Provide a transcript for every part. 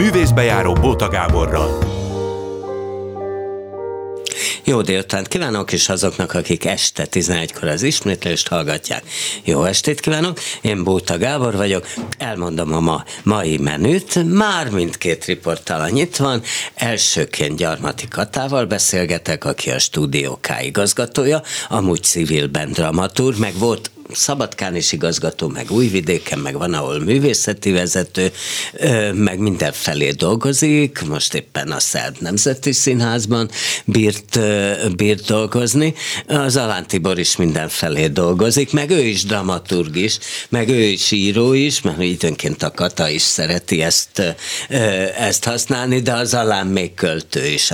Művészbejáró Bóta Gáborral. Jó délutánt kívánok, és azoknak, akik este 11-kor az ismétlést hallgatják. Jó estét kívánok, én Bóta Gábor vagyok, elmondom a mai menüt, már mindkét riporttal annyit van. Elsőként Gyarmati Katával beszélgetek, aki a Stúdió K igazgatója, amúgy civilben dramaturg, meg volt Szabadkán is igazgató, meg Újvidéken, meg van, ahol művészeti vezető, meg mindenfelé dolgozik, most éppen a Szerb Nemzeti Színházban bírt dolgozni, az Alán Tibor is mindenfelé dolgozik, meg ő is dramaturg is, meg ő is író is, mert időnként a Kata is szereti ezt használni, de az Alán még költő is,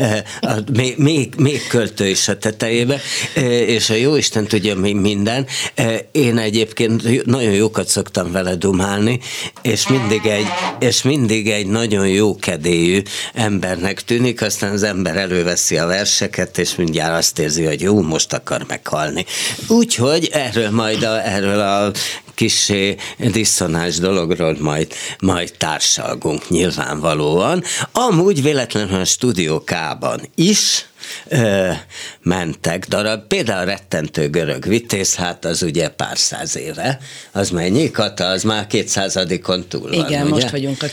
még költő is a tetejébe, és a jóisten tudja minden. Én egyébként nagyon jókat szoktam vele dumálni, és mindig egy nagyon jó kedélyű embernek tűnik, aztán az ember előveszi a verseket, és mindjárt azt érzi, hogy jó, most akar meghalni. Úgyhogy erről a kissé diszonáns dologról majd társalgunk nyilvánvalóan. Amúgy véletlenül a Stúdió K-ban is mentek darab, például a Rettentő görög vitéz, hát az ugye pár száz éve, az mennyi, Kata, az már 200-on túl van. Igen, ugye? Most vagyunk a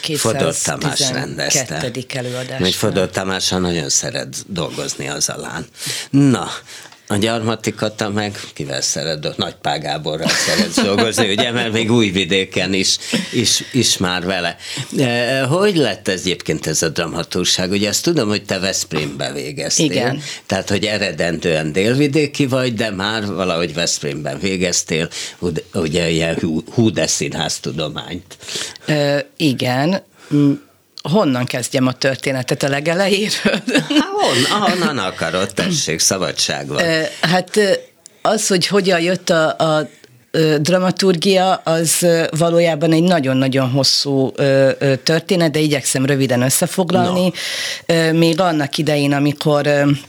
212. előadásban. Fodor Tamással nagyon szeret dolgozni az Alán. Na, a Gyarmati Kata meg kivel szeret, Nagypál Gáborral szeret dolgozni, ugye, mert még Újvidéken is már vele. Hogy lett ez egyébként ez a dramaturgság? Ugye azt tudom, hogy te Veszprémbe végeztél. Igen. Tehát, hogy eredendően délvidéki vagy, de már valahogy Veszprémben végeztél, ugye ilyen Húde színháztudományt. Igen. Honnan kezdjem a történetet, a legelejéről? Honnan akarod, tessék, szabadság van. Hát az, hogy hogyan jött a dramaturgia, az valójában egy nagyon-nagyon hosszú történet, de igyekszem röviden összefoglalni. No. Még annak idején, amikor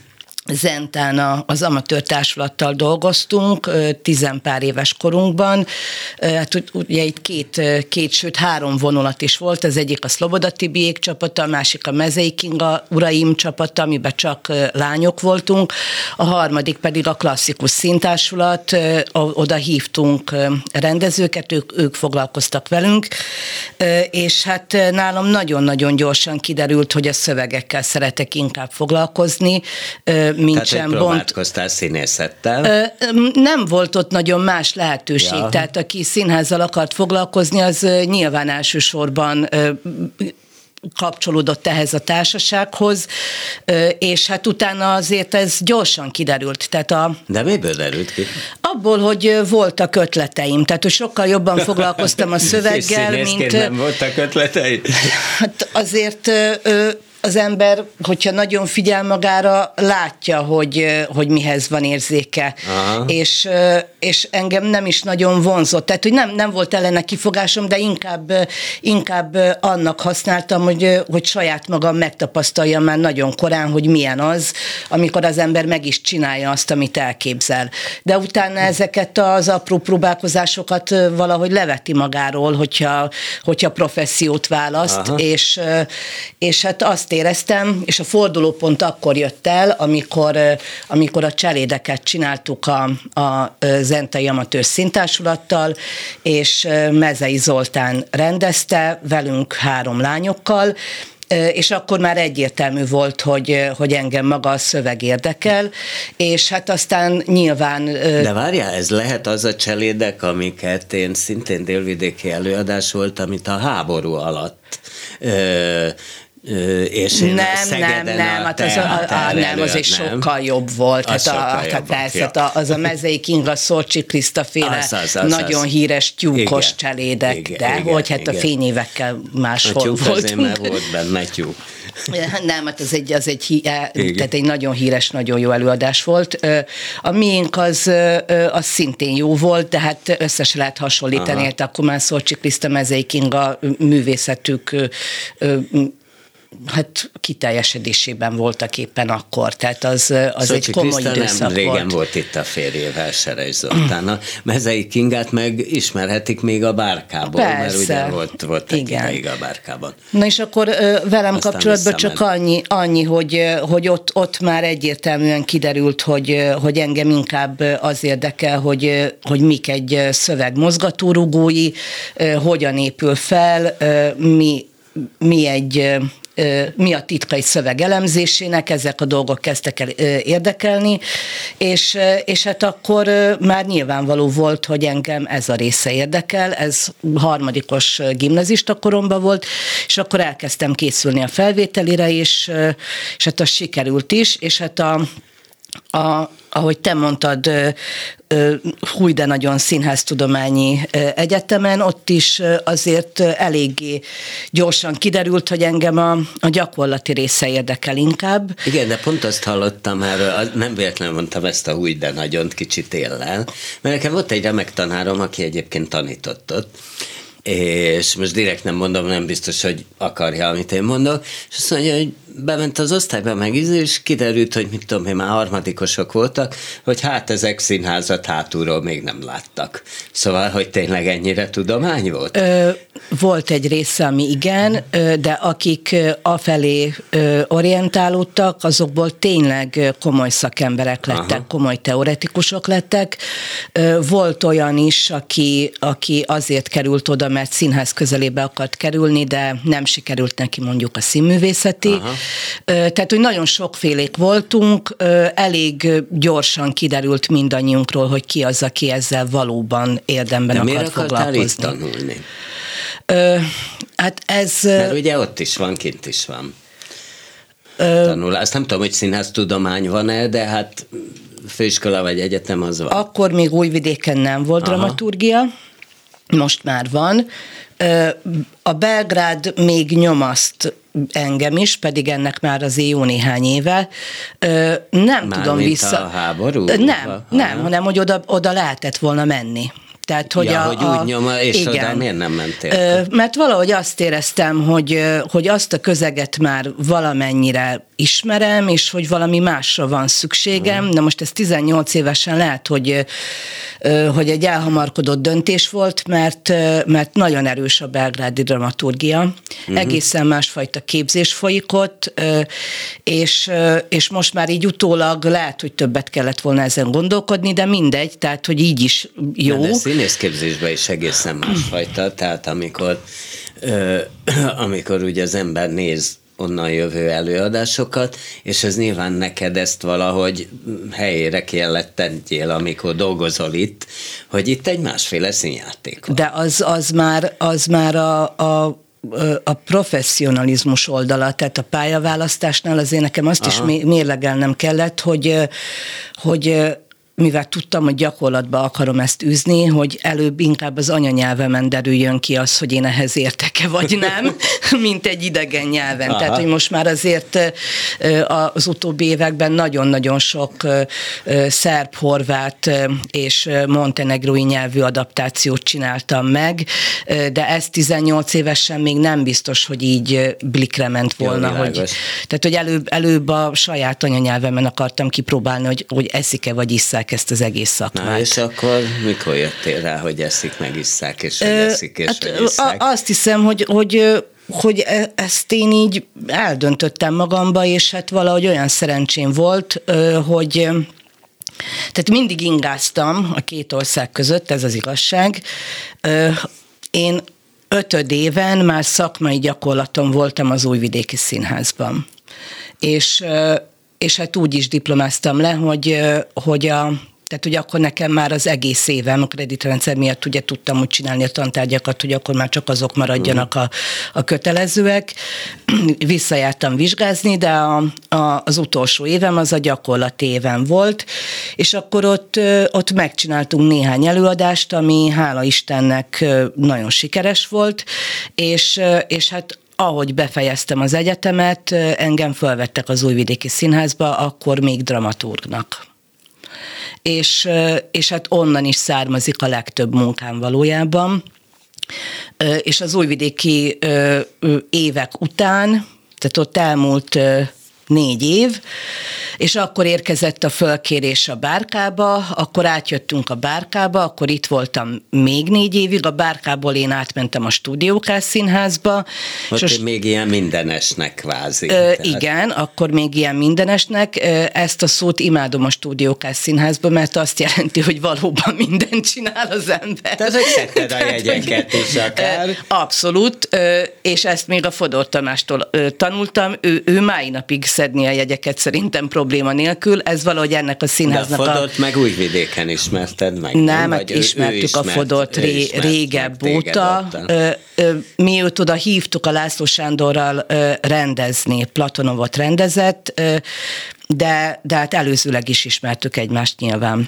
Zentán az amatőr társulattal dolgoztunk, 10 pár éves korunkban. Hát ugye itt két, sőt 3 vonulat is volt, az egyik a Szloboda Tibiék csapata, a másik a Mezei Kinga uraim csapata, amiben csak lányok voltunk, a harmadik pedig a klasszikus színtársulat, oda hívtunk rendezőket, ők foglalkoztak velünk, és hát nálam nagyon-nagyon gyorsan kiderült, hogy a szövegekkel szeretek inkább foglalkozni, mint sem próbálkoztál színészettel? Nem volt ott nagyon más lehetőség, tehát aki színházzal akart foglalkozni, az nyilván elsősorban kapcsolódott ehhez a társasághoz, és hát utána azért ez gyorsan kiderült. De miből derült ki? Abból, hogy voltak ötleteim, tehát hogy sokkal jobban foglalkoztam a szöveggel, mint... nem voltak ötleteid? Hát azért... Az ember, hogyha nagyon figyel magára, látja, hogy mihez van érzéke. És engem nem is nagyon vonzott. Tehát, hogy nem volt ellene kifogásom, de inkább annak használtam, hogy saját magam megtapasztaljam már nagyon korán, hogy milyen az, amikor az ember meg is csinálja azt, amit elképzel. De utána ezeket az apró próbálkozásokat valahogy leveti magáról, hogyha professziót választ, és hát azt éreztem, és a fordulópont akkor jött el, amikor a cselédeket csináltuk a Zentai Amatőr Színtársulattal, és Mezei Zoltán rendezte velünk 3 lányokkal, és akkor már egyértelmű volt, hogy engem maga a szöveg érdekel, és hát aztán nyilván... De várjál, ez lehet az a cselédek, amiket én szintén délvidéki előadás volt, amit a háború alatt és én nem, az egy sokkal jobb volt. Az a Mezei Kinga, Szorcsi Kriszta féle nagyon híres tyúkos cselédek, a fényévekkel máshol voltunk. A tyúk azért, mert volt benne tyúk. Nem, hát tehát egy nagyon híres, nagyon jó előadás volt. A miénk az szintén jó volt, de hát össze se lehet hasonlítani, akkor már Szorcsi Kriszta, Mezei Kinga művészetük hát kiteljesedésében voltak éppen akkor, tehát az egy komoly időszak nem régen volt. Volt itt a férjével, Seres Zoltán. A Mezei Kingát meg ismerhetik még a Bárkából, Persze. mert ugye volt egy ideig a Bárkában. Na és akkor velem Aztán kapcsolatban csak annyi hogy ott már egyértelműen kiderült, hogy engem inkább az érdekel, hogy mik egy szöveg mozgatórugói, hogyan épül fel, mi a titka egy szöveg elemzésének, ezek a dolgok kezdtek el érdekelni, és hát akkor már nyilvánvaló volt, hogy engem ez a része érdekel, ez harmadikos gimnazista koromban volt, és akkor elkezdtem készülni a felvételire, és hát az sikerült is, és hát ahogy te mondtad, húj de nagyon színháztudományi egyetemen, ott is azért eléggé gyorsan kiderült, hogy engem a gyakorlati része érdekel inkább. Igen, de pont azt hallottam erről, nem véletlenül mondtam ezt a húj de nagyon kicsit éllel, mert nekem volt egy remek tanárom, aki egyébként tanított ott, és most direkt nem mondom, nem biztos, hogy akarja, amit én mondok, és azt mondja, hogy bement az osztályba megízni, és kiderült, hogy mit tudom én, már harmadikosok voltak, hogy hát ezek színházat hátulról még nem láttak. Szóval, hogy tényleg ennyire tudomány volt? Volt egy része, ami igen, de akik afelé orientálódtak, azokból tényleg komoly szakemberek lettek, komoly teoretikusok lettek. Volt olyan is, aki azért került oda, mert színház közelébe akart kerülni, de nem sikerült neki mondjuk a színművészeti. Tehát, hogy nagyon sokfélék voltunk, elég gyorsan kiderült mindannyiunkról, hogy ki az, aki ezzel valóban érdemben akar foglalkozni. De miért akartál itt tanulni? Hát ez... Mert ugye ott is van, kint is van tanulás. Nem tudom, hogy színháztudomány van-e, de hát főiskola vagy egyetem az van. Akkor még Újvidéken nem volt dramaturgia, most már van. A Belgrád még nyomaszt engem is, pedig ennek már azért jó néhány éve. Nem már tudom vissza... a háború? Nem, hanem hogy oda lehetett volna menni. Tehát, hogy hogy úgy nyoma, és igen. Oda miért nem mentél? Mert valahogy azt éreztem, hogy azt a közeget már valamennyire ismerem, és hogy valami másra van szükségem. Na most ez 18 évesen lehet, hogy egy elhamarkodott döntés volt, mert nagyon erős a belgrádi dramaturgia. Egészen másfajta képzés folyik ott, és most már így utólag lehet, hogy többet kellett volna ezen gondolkodni, de mindegy, tehát, hogy így is jó. De színészképzésben is egészen másfajta, tehát amikor ugye az ember néz onnan jövő előadásokat, és ez nyilván neked ezt valahogy helyére kellett tennél, amikor dolgozol itt, hogy itt egy másféle színjáték van. De az már a professzionalizmus oldala, tehát a pályaválasztásnál azért nekem azt is mérlegelnem kellett, hogy mivel tudtam, hogy gyakorlatba akarom ezt űzni, hogy előbb inkább az anyanyelvemen derüljön ki az, hogy én ehhez értek-e vagy nem, mint egy idegen nyelven. Aha. Tehát, hogy most már azért az utóbbi években nagyon-nagyon sok szerb, horvát és montenegrói nyelvű adaptációt csináltam meg, de ez 18 évesen még nem biztos, hogy így blikre ment volna. Tehát, hogy előbb a saját anyanyelvemen akartam kipróbálni, hogy eszik-e vagy isszák ezt az egész szakmát. Na és akkor mikor jöttél rá, hogy eszik, meg isszák, és hogy eszik, és hogy isszák? Azt hiszem, hogy ezt én így eldöntöttem magamba, és hát valahogy olyan szerencsém volt, hogy tehát mindig ingáztam a két ország között, ez az igazság. Én 5. éven már szakmai gyakorlaton voltam az Újvidéki Színházban. És hát úgy is diplomáztam le, tehát ugye akkor nekem már az egész évem a kreditrendszer miatt ugye tudtam úgy csinálni a tantárgyakat, hogy akkor már csak azok maradjanak a kötelezőek. Visszajártam vizsgázni, de az utolsó évem az a gyakorlati évem volt, és akkor ott megcsináltunk néhány előadást, ami hála Istennek nagyon sikeres volt, és hát ahogy befejeztem az egyetemet, engem felvettek az Újvidéki Színházba, akkor még dramaturgnak. És hát onnan is származik a legtöbb munkám valójában. És az újvidéki évek után, Tehát ott elmúlt 4 év, és akkor érkezett a fölkérés a Bárkába, akkor átjöttünk a Bárkába, akkor itt voltam még 4 évig, a Bárkából én átmentem a Stúdiókász Színházba. Ott és még ilyen mindenesnek kvázi. Igen, akkor még ilyen mindenesnek. Ezt a szót imádom a Stúdiókász Színházba, mert azt jelenti, hogy valóban mindent csinál az ember. Tehát, hogy szedted a jegyeket is akár. Abszolút, és ezt még a Fodor Tamástól tanultam. Ő mai napig szedni a jegyeket szerintem probléma nélkül. Ez valahogy ennek a színháznak a Fodort meg Újvidéken ismerted meg. Nem, hát ismertük a Fodort régebb óta. Mi őt oda hívtuk a László Sándorral rendezni, Platonovot rendezett, de hát előzőleg is ismertük egymást nyilván.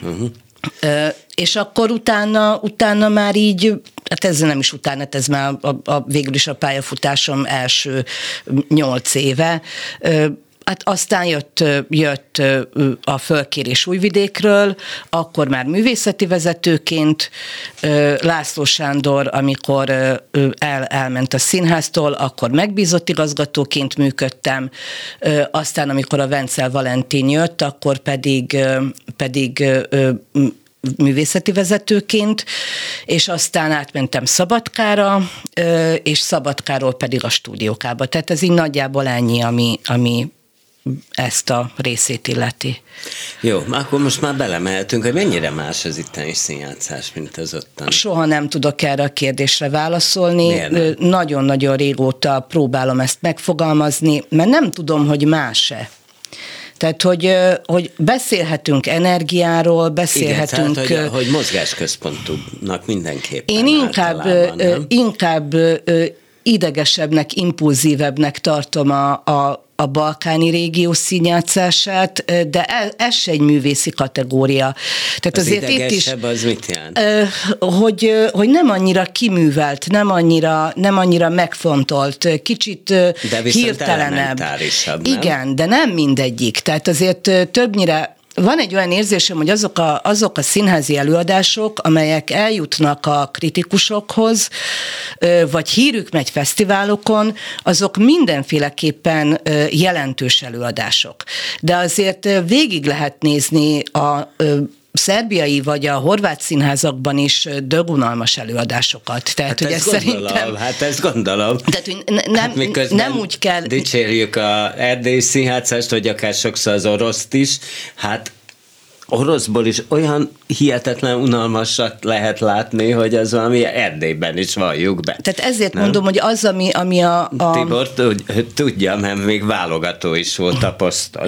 És akkor utána már így, hát ez nem is utána, ez már végül is a pályafutásom első 8 éve. Hát aztán jött a fölkérés Újvidékről, akkor már művészeti vezetőként, László Sándor, amikor elment a színháztól, akkor megbízott igazgatóként működtem, aztán amikor a Vencel Valentin jött, akkor pedig művészeti vezetőként, és aztán átmentem Szabadkára, és Szabadkáról pedig a Stúdiókába. Tehát ez így nagyjából ennyi, ami ezt a részét illeti. Jó, akkor most már belemehetünk, hogy mennyire más az itteni színjátszás, mint az ottani. Soha nem tudok erre a kérdésre válaszolni. Nagyon-nagyon régóta próbálom ezt megfogalmazni, mert nem tudom, hogy más-e. Tehát, hogy beszélhetünk energiáról, beszélhetünk... Igen, tehát, hogy mozgásközpontúnak mindenképpen. Én inkább idegesebbnek, impulzívebbnek tartom a balkáni régió színjátszását, de ez se egy művészi kategória. Tehát az azért idegesebb itt is, az mit jelent? Hogy nem annyira kiművelt, nem annyira megfontolt, kicsit de hirtelenebb. Nem? Igen, de nem mindegyik. Tehát azért többnyire van egy olyan érzésem, hogy azok a színházi előadások, amelyek eljutnak a kritikusokhoz, vagy hírük megy fesztiválokon, azok mindenféleképpen jelentős előadások. De azért végig lehet nézni a szerbiai vagy a horvát színházakban is dögunalmas előadásokat. Tehát, hogy ezt szerintem... ezt gondolom. Tehát, hogy nem úgy kell... Dicsérjük az erdélyi színházast, hogy akár sokszor az oroszt is, hát oroszból is olyan hihetetlen unalmasat lehet látni, hogy az valami Erdélyben is valljuk be. Tehát ezért mondom, hogy az, ami a... Tibor tudja, mert még válogató is volt a posztot.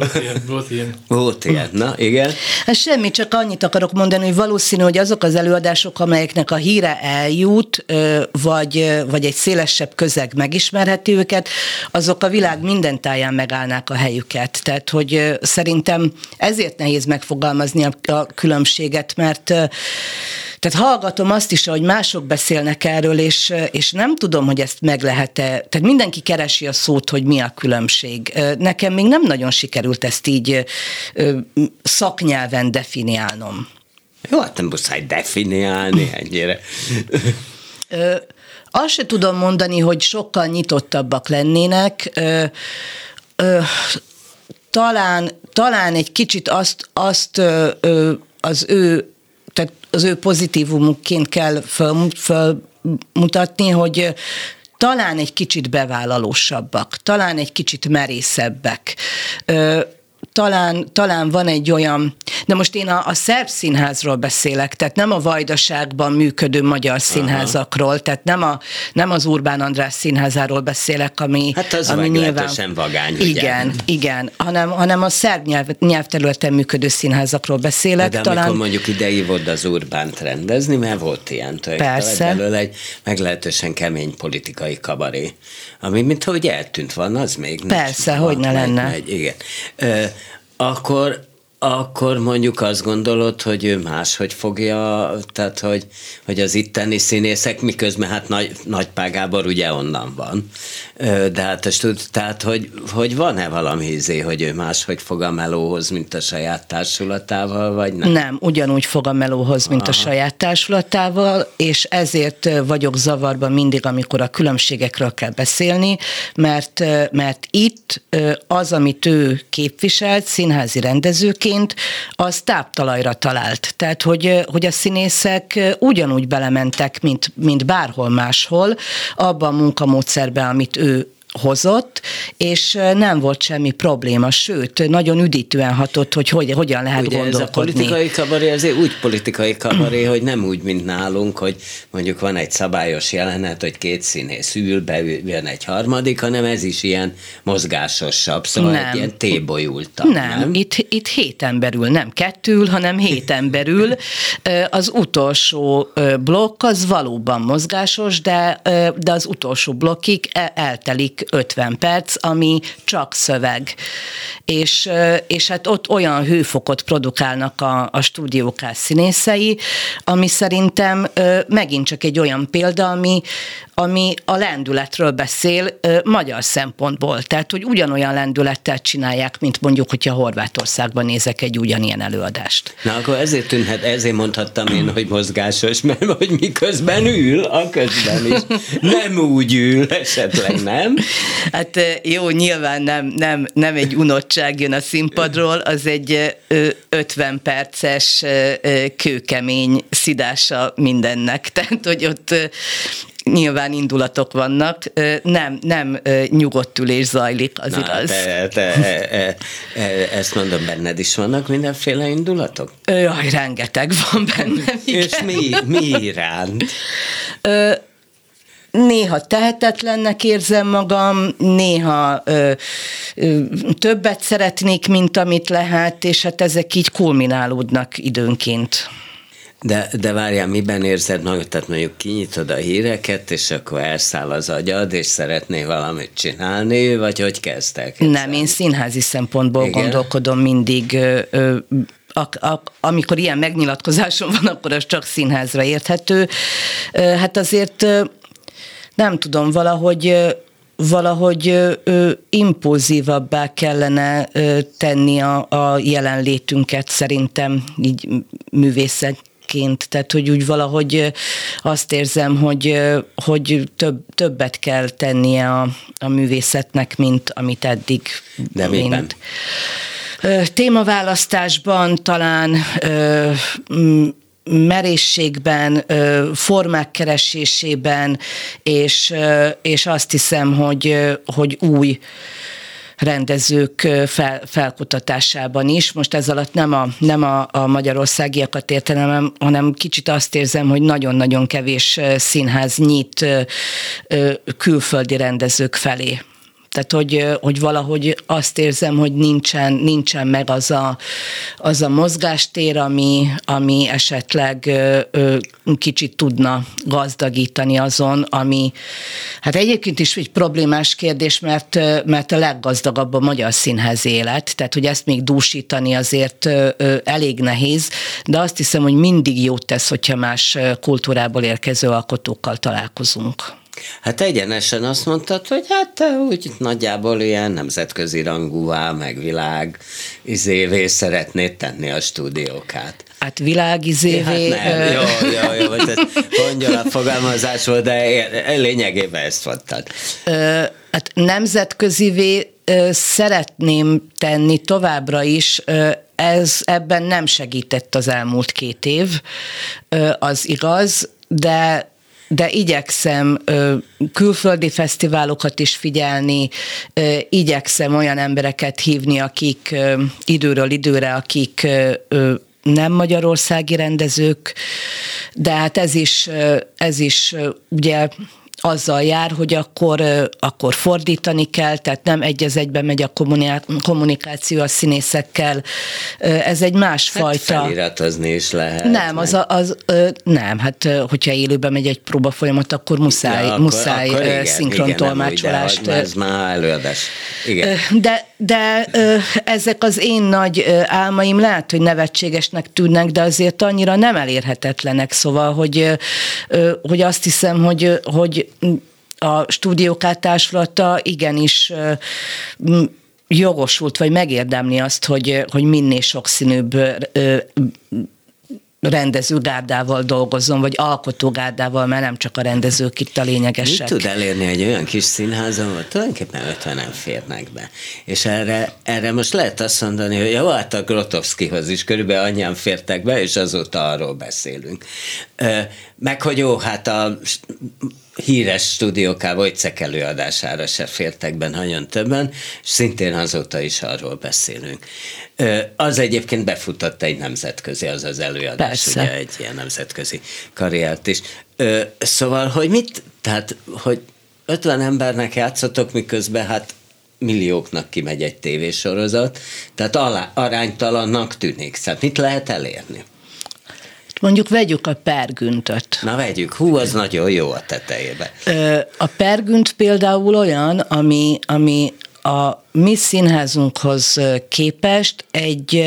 Volt ilyen, na igen. Hát semmi, csak annyit akarok mondani, hogy valószínű, hogy azok az előadások, amelyeknek a híre eljut, vagy egy szélesebb közeg megismerheti őket, azok a világ minden táján megállnák a helyüket. Tehát, hogy szerintem ezért nehéz megfogalmazni a különbséget, mert tehát hallgatom azt is, hogy mások beszélnek erről, és nem tudom, hogy ezt meg lehet-e. Tehát mindenki keresi a szót, hogy mi a különbség. Nekem még nem nagyon sikerült ezt így szaknyelven definiálnom. Jó, hát nem muszáj definiálni ennyire. Azt se tudom mondani, hogy sokkal nyitottabbak lennének. Talán egy kicsit azt az ő pozitívumukként kell felmutatni, hogy talán egy kicsit bevállalósabbak, talán egy kicsit merészebbek. Talán van egy olyan, de most én a szerb színházról beszélek, tehát nem a Vajdaságban működő magyar színházakról, tehát nem az Urbán András színházáról beszélek, ami hát az ami meglehetősen vagány, ugye? Igen, hanem a szerb nyelvterületen működő színházakról beszélek. De amikor mondjuk ide hívod az Urbánt rendezni, mert volt ilyen belőle egy meglehetősen kemény politikai kabaré, ami mintha hogy eltűnt van, az még persze, hogy ne lenne. Igen. Akkor akkor mondjuk azt gondolod, hogy ő máshogy fogja, tehát hogy az itteni színészek, miközben hát Nagypál Gábor ugye onnan van, de hát tehát hogy van-e valami hogy ő máshogy fog a melóhoz, mint a saját társulatával, vagy nem? Nem, ugyanúgy fog a melóhoz, mint a saját társulatával, és ezért vagyok zavarban mindig, amikor a különbségekről kell beszélni, mert itt az, amit ő képviselt színházi rendezőként, az táptalajra talált. Tehát, hogy a színészek ugyanúgy belementek, mint bárhol máshol, abban a munkamódszerben, amit ő hozott, és nem volt semmi probléma, sőt, nagyon üdítően hatott, hogy hogyan lehet ugye gondolkodni. Ez a politikai kabaré azért úgy politikai kabaré, hogy nem úgy, mint nálunk, hogy mondjuk van egy szabályos jelenet, hogy két színész ül, bejön egy harmadik, hanem ez is ilyen mozgásosabb, szóval egy ilyen tébolyultabb. Nem, itt 7 ember ül, nem 2 ül, hanem 7 ember ül. Az utolsó blokk az valóban mozgásos, de az utolsó blokkig eltelik 50 perc, ami csak szöveg. És hát ott olyan hőfokot produkálnak a Stúdió K színészei, ami szerintem megint csak egy olyan példa, ami a lendületről beszél magyar szempontból. Tehát, hogy ugyanolyan lendülettel csinálják, mint mondjuk, hogyha Horvátországban nézek egy ugyanilyen előadást. Na, akkor ezért mondhattam én, hogy mozgásos, mert hogy miközben ül, a közben is nem úgy ül, esetleg nem? Hát jó, nyilván nem egy unottság jön a színpadról, az egy 50 perces kőkemény szidása mindennek. Tehát, hogy ott nyilván indulatok vannak, nem nyugodt ülés zajlik, az igaz. Ezt mondom, benned is vannak mindenféle indulatok? Jaj, rengeteg van bennem. És mi iránt? Néha tehetetlennek érzem magam, néha többet szeretnék, mint amit lehet, és hát ezek így kulminálódnak időnként. De várjál, miben érzed magad? Tehát mondjuk kinyitod a híreket, és akkor elszáll az agyad, és szeretnél valamit csinálni, vagy hogy kezdtek? Nem, én színházi szempontból gondolkodom mindig. Amikor ilyen megnyilatkozásom van, akkor az csak színházra érthető. Hát azért nem tudom, valahogy impulzívabbá kellene tenni a jelenlétünket szerintem így művészetként. Tehát, hogy úgy valahogy azt érzem, hogy többet kell tennie a művészetnek, mint amit eddig. De miben? Témaválasztásban talán merészségben, formák keresésében, és azt hiszem, hogy új rendezők felkutatásában is. Most ez alatt nem a magyarországiakat értem, hanem kicsit azt érzem, hogy nagyon-nagyon kevés színház nyit külföldi rendezők felé. Tehát, hogy valahogy azt érzem, hogy nincsen meg az a mozgástér, ami esetleg kicsit tudna gazdagítani azon, ami hát egyébként is egy problémás kérdés, mert a leggazdagabb a magyar színház élet, tehát hogy ezt még dúsítani azért elég nehéz, de azt hiszem, hogy mindig jót tesz, hogyha más kultúrából érkező alkotókkal találkozunk. Hát egyenesen azt mondtad, hogy hát úgy nagyjából ilyen nemzetközi rangúvá, meg világ izévé szeretnéd tenni a stúdiókát. Hát világizévé... Hát jó, vagy ez pongyol a fogalmazás volt, de lényegében ezt mondtad. Hát nemzetközivé szeretném tenni továbbra is, ebben nem segített az elmúlt 2 év, az igaz, de igyekszem külföldi fesztiválokat is figyelni, igyekszem olyan embereket hívni, akik időről időre, akik nem magyarországi rendezők, de hát ez is ugye azzal jár, hogy akkor fordítani kell, tehát nem egy az egyben megy a kommunikáció a színészekkel. Ez egy másfajta... Hát feliratozni is lehet. Nem, nem, hát hogyha élőben megy egy próba folyamat, akkor muszáj akkor szinkrontolmácsolást. Ez már előadás. Igen. De ezek az én nagy álmaim lehet, hogy nevetségesnek tűnnek, de azért annyira nem elérhetetlenek, szóval, hogy azt hiszem, hogy a Stúdió K társulata igenis jogosult, vagy megérdemli azt, hogy minél sokszínűbb rendezőgárdával dolgozzon, vagy alkotógárdával, mert nem csak a rendezők itt a lényegesek. Mit tud elérni egy olyan kis színházon, hogy tulajdonképpen 50-en férnek be? És erre most lehet azt mondani, hogy jó, hát a Grotowskihoz is körülbelül annyian fértek be, és azóta arról beszélünk. Meg hogy jó, hát a híres Stúdió K Wojciech előadására se fértek be nagyon többen, és szintén azóta is arról beszélünk. Az egyébként befutott egy nemzetközi, az az előadás, persze, ugye egy ilyen nemzetközi karriert is. Szóval, tehát, hogy 50 embernek játszotok, miközben hát millióknak kimegy egy tévésorozat, tehát aránytalannak tűnik. Tehát mit lehet elérni? Mondjuk vegyük a Pergüntöt. Na vegyük, az nagyon jó a tetejébe. A Pergünt például olyan, ami a mi színházunkhoz képest egy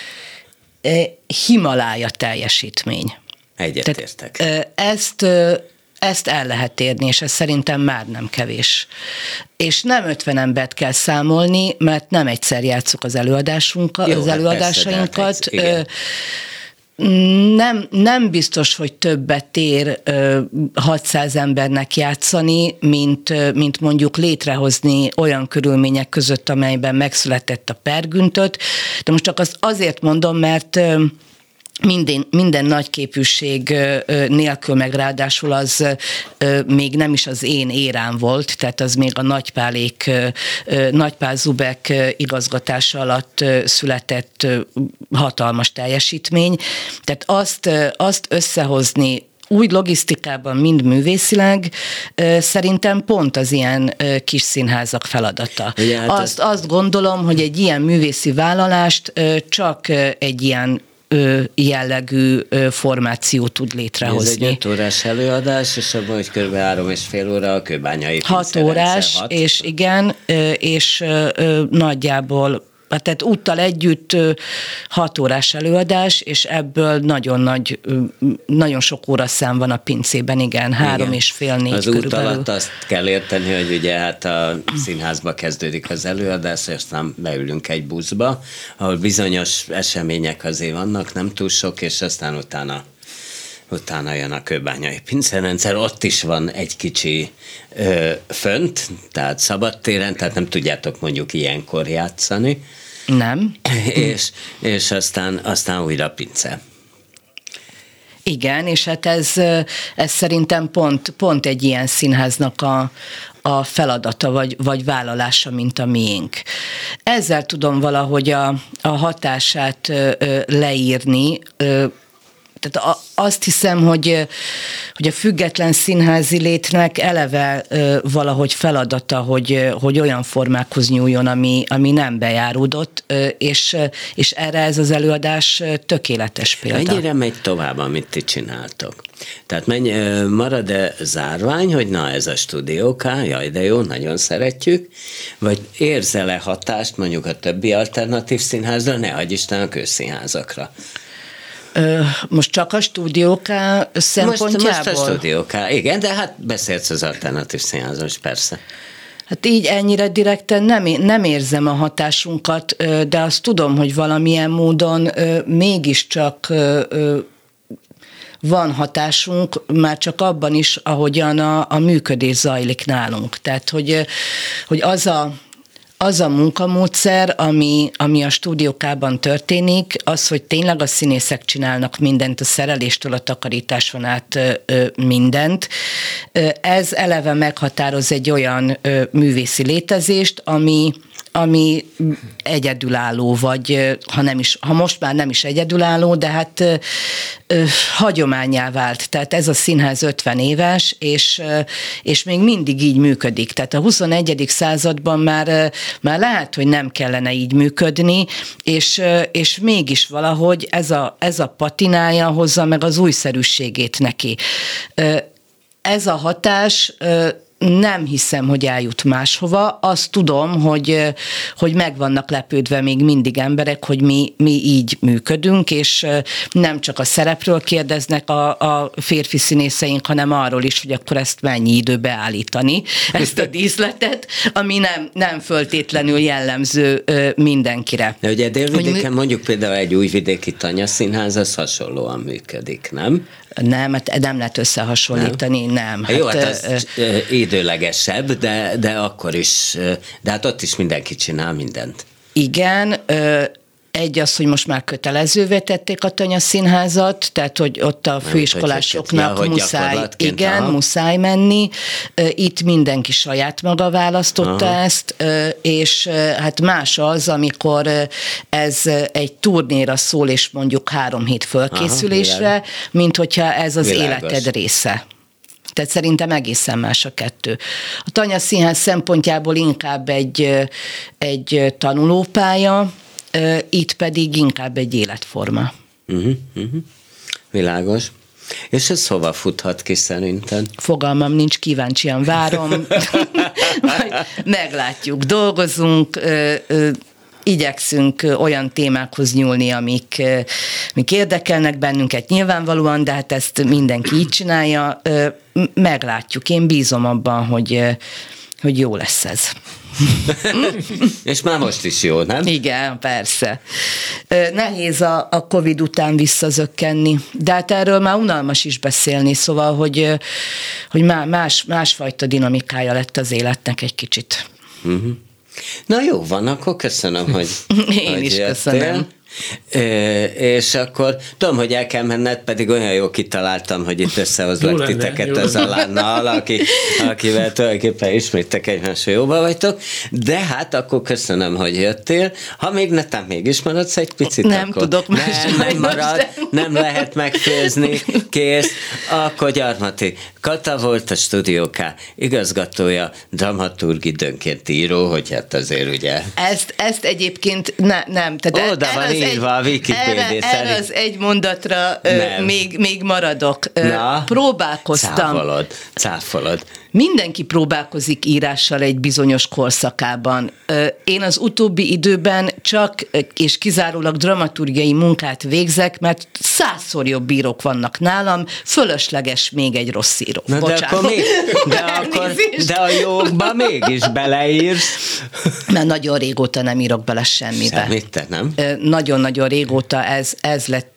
Himalája teljesítmény. Egyetértek. Ezt el lehet érni, és ez szerintem már nem kevés. És nem 50 embert kell számolni, mert nem egyszer játsszuk az előadásainkat. Persze, nem biztos, hogy többet ér 600 embernek játszani, mint mondjuk létrehozni olyan körülmények között, amelyben megszületett a Pergüntöt. De most csak azért mondom, mert minden nagyképűség nélkül, meg ráadásul az még nem is az én érám volt, tehát az még a Nagypál Zubek igazgatása alatt született hatalmas teljesítmény. Tehát azt összehozni úgy logisztikában, mind művészileg, szerintem pont az ilyen kis színházak feladata. Hát azt gondolom, hogy egy ilyen művészi vállalást csak egy ilyen jellegű formáció tud létrehozni. Ez egy 5 órás előadás, és abban, hogy kb. 3,5 óra a kőbányai 6 órás, 6. És igen, és nagyjából, tehát úttal együtt 6 órás előadás, és ebből nagyon sok óraszám van a pincében, igen, 3,5-4 az körülbelül. út alatt azt kell érteni, hogy ugye hát a színházba kezdődik az előadás, és aztán beülünk egy buszba, ahol bizonyos események azért vannak, nem túl sok, és aztán utána jön a kőbányai pincerendszer, ott is van egy kicsi fönt, tehát szabadtéren, tehát nem tudjátok mondjuk ilyenkor játszani. Nem. És aztán újra pince. Igen, és hát ez szerintem pont egy ilyen színháznak a feladata, vagy vállalása, mint a miénk. Ezzel tudom valahogy a hatását leírni. Tehát azt hiszem, hogy a független színházi létnek eleve valahogy feladata, hogy olyan formákhoz nyúljon, ami nem bejáródott, és erre ez az előadás tökéletes példa. Mennyire megy tovább, amit ti csináltok? Tehát marad-e zárvány, hogy na ez a Stúdió K, jaj de jó, nagyon szeretjük, vagy érzel-e hatást mondjuk a többi alternatív színházra, ne adj Isten a közszínházakra? Most csak a Stúdió K szempontjából? Most a Stúdió K, igen, de hát beszélsz az alternatív színházon is, persze. Hát így ennyire direkten nem érzem a hatásunkat, de azt tudom, hogy valamilyen módon mégiscsak van hatásunk, már csak abban is, ahogyan a működés zajlik nálunk. Tehát, hogy az a munkamódszer, ami a Stúdió K-ban történik, az, hogy tényleg a színészek csinálnak mindent, a szereléstől a takarításon át mindent. Ez eleve meghatároz egy olyan művészi létezést, ami egyedülálló, vagy ha most már nem is egyedülálló, de hát hagyománnyá vált. Tehát ez a színház 50 éves, és még mindig így működik. Tehát a 21. században már lehet, hogy nem kellene így működni, és mégis valahogy ez a patinája hozza meg az újszerűségét neki. Ez a hatás nem hiszem, hogy eljut máshova. Azt tudom, hogy meg vannak lepődve még mindig emberek, hogy mi így működünk, és nem csak a szerepről kérdeznek a férfi színészeink, hanem arról is, hogy akkor ezt mennyi időbe állítani, ezt a díszletet, ami nem föltétlenül jellemző mindenkire. De ugye Délvidéken mondjuk például egy újvidéki Tanyaszínház, az hasonlóan működik, nem? Nem, hát nem lehet összehasonlítani, nem. Jó, hát az időlegesebb, de akkor is, de hát ott is mindenki csinál mindent. Igen, egy az, hogy most már kötelezővé tették a Tanyaszínházat, tehát hogy ott a főiskolásoknak muszáj menni. Itt mindenki saját maga választotta ezt, és hát más az, amikor ez egy turnéra szól, és mondjuk 3 hét fölkészülésre, mint hogyha ez az életed része. Tehát szerintem egészen más a kettő. A Tanyaszínház szempontjából inkább egy tanulópálya, itt pedig inkább egy életforma. Világos. És ez hova futhat ki szerinted? Fogalmam nincs, kíváncsian várom. Majd meglátjuk, dolgozunk, igyekszünk olyan témákhoz nyúlni, amik érdekelnek bennünket nyilvánvalóan, de hát ezt mindenki így csinálja. Meglátjuk. Én bízom abban, hogy jó lesz ez. És már most is jó, nem? Igen, persze. Nehéz a Covid után visszazökkenni, de hát erről már unalmas is beszélni, szóval, hogy másfajta dinamikája lett az életnek egy kicsit. Na jó van, akkor köszönöm, hogy Én is jöttél. Köszönöm. És akkor tudom, hogy el kell menned, pedig olyan jól kitaláltam, hogy itt összehozlak titeket az Alánnal, akivel tulajdonképpen ismétek egymásra jóba vagytok, de hát akkor köszönöm, hogy jöttél. Ha még netán mégis maradsz egy picit, nem akkor tudok nem marad, nem lehet megfőzni, kész. Akkor Gyarmati Kata volt a Stúdió K igazgatója, dramaturg, időnként író, hogy hát azért ugye... Ezt egyébként nem. Oda van írva a Wikipédia szerint. Erre az egy mondatra még maradok. Na, próbálkoztam. Cáfolod. Mindenki próbálkozik írással egy bizonyos korszakában. Én az utóbbi időben csak és kizárólag dramaturgiai munkát végzek, mert 100-szor jobb írók vannak nálam, fölösleges még egy rossz író. Na de a jókba mégis beleírsz. Mert nagyon régóta nem írok bele semmibe. Semmit te nem? Nagyon-nagyon régóta ez lett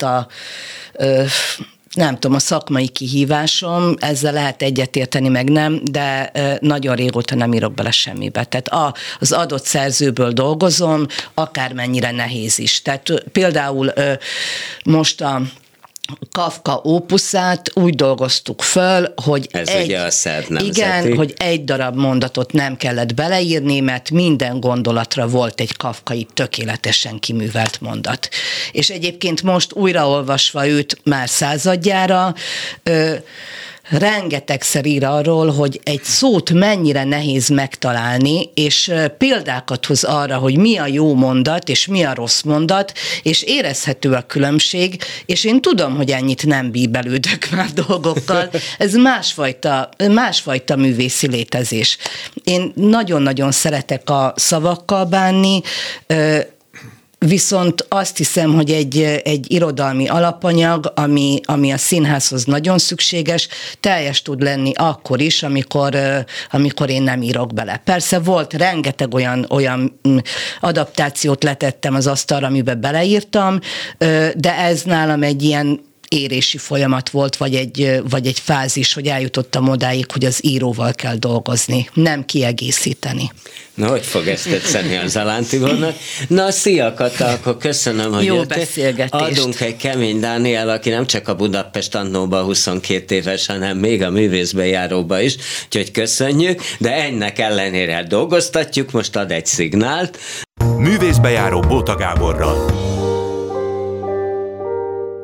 nem tudom, a szakmai kihívásom, ezzel lehet egyetérteni, meg nem, de nagyon régóta nem írok bele semmibe. Tehát az adott szerzőből dolgozom, akármennyire nehéz is. Tehát például most a Kafka ópuszát úgy dolgoztuk föl, hogy ugye a Szert Nemzeti. Igen, hogy egy darab mondatot nem kellett beleírni, mert minden gondolatra volt egy kafkai tökéletesen kiművelt mondat. És egyébként most újraolvasva őt már századjára, rengetegszer ír arról, hogy egy szót mennyire nehéz megtalálni, és példákat hoz arra, hogy mi a jó mondat, és mi a rossz mondat, és érezhető a különbség, és én tudom, hogy ennyit nem bíbelődök már dolgokkal. Ez másfajta művészi létezés. Én nagyon-nagyon szeretek a szavakkal bánni, viszont azt hiszem, hogy egy irodalmi alapanyag, ami a színházhoz nagyon szükséges, teljes tud lenni akkor is, amikor én nem írok bele. Persze volt rengeteg olyan adaptációt letettem az asztalra, amiben beleírtam, de ez nálam egy ilyen érési folyamat volt, vagy egy fázis, hogy eljutottam odáig, hogy az íróval kell dolgozni, nem kiegészíteni. Na, hogy fog ezt tetszeni az Alántibornak? Na, szia Kata, akkor köszönöm, hogy jó jöttél. beszélgetést. Adunk egy Kemény Dániel, aki nem csak a Budapest Annóban 22 éves, hanem még a művészbejáróba is, úgyhogy köszönjük, de ennek ellenére dolgoztatjuk, most ad egy szignált. Művészbejáró Bóta Gáborral.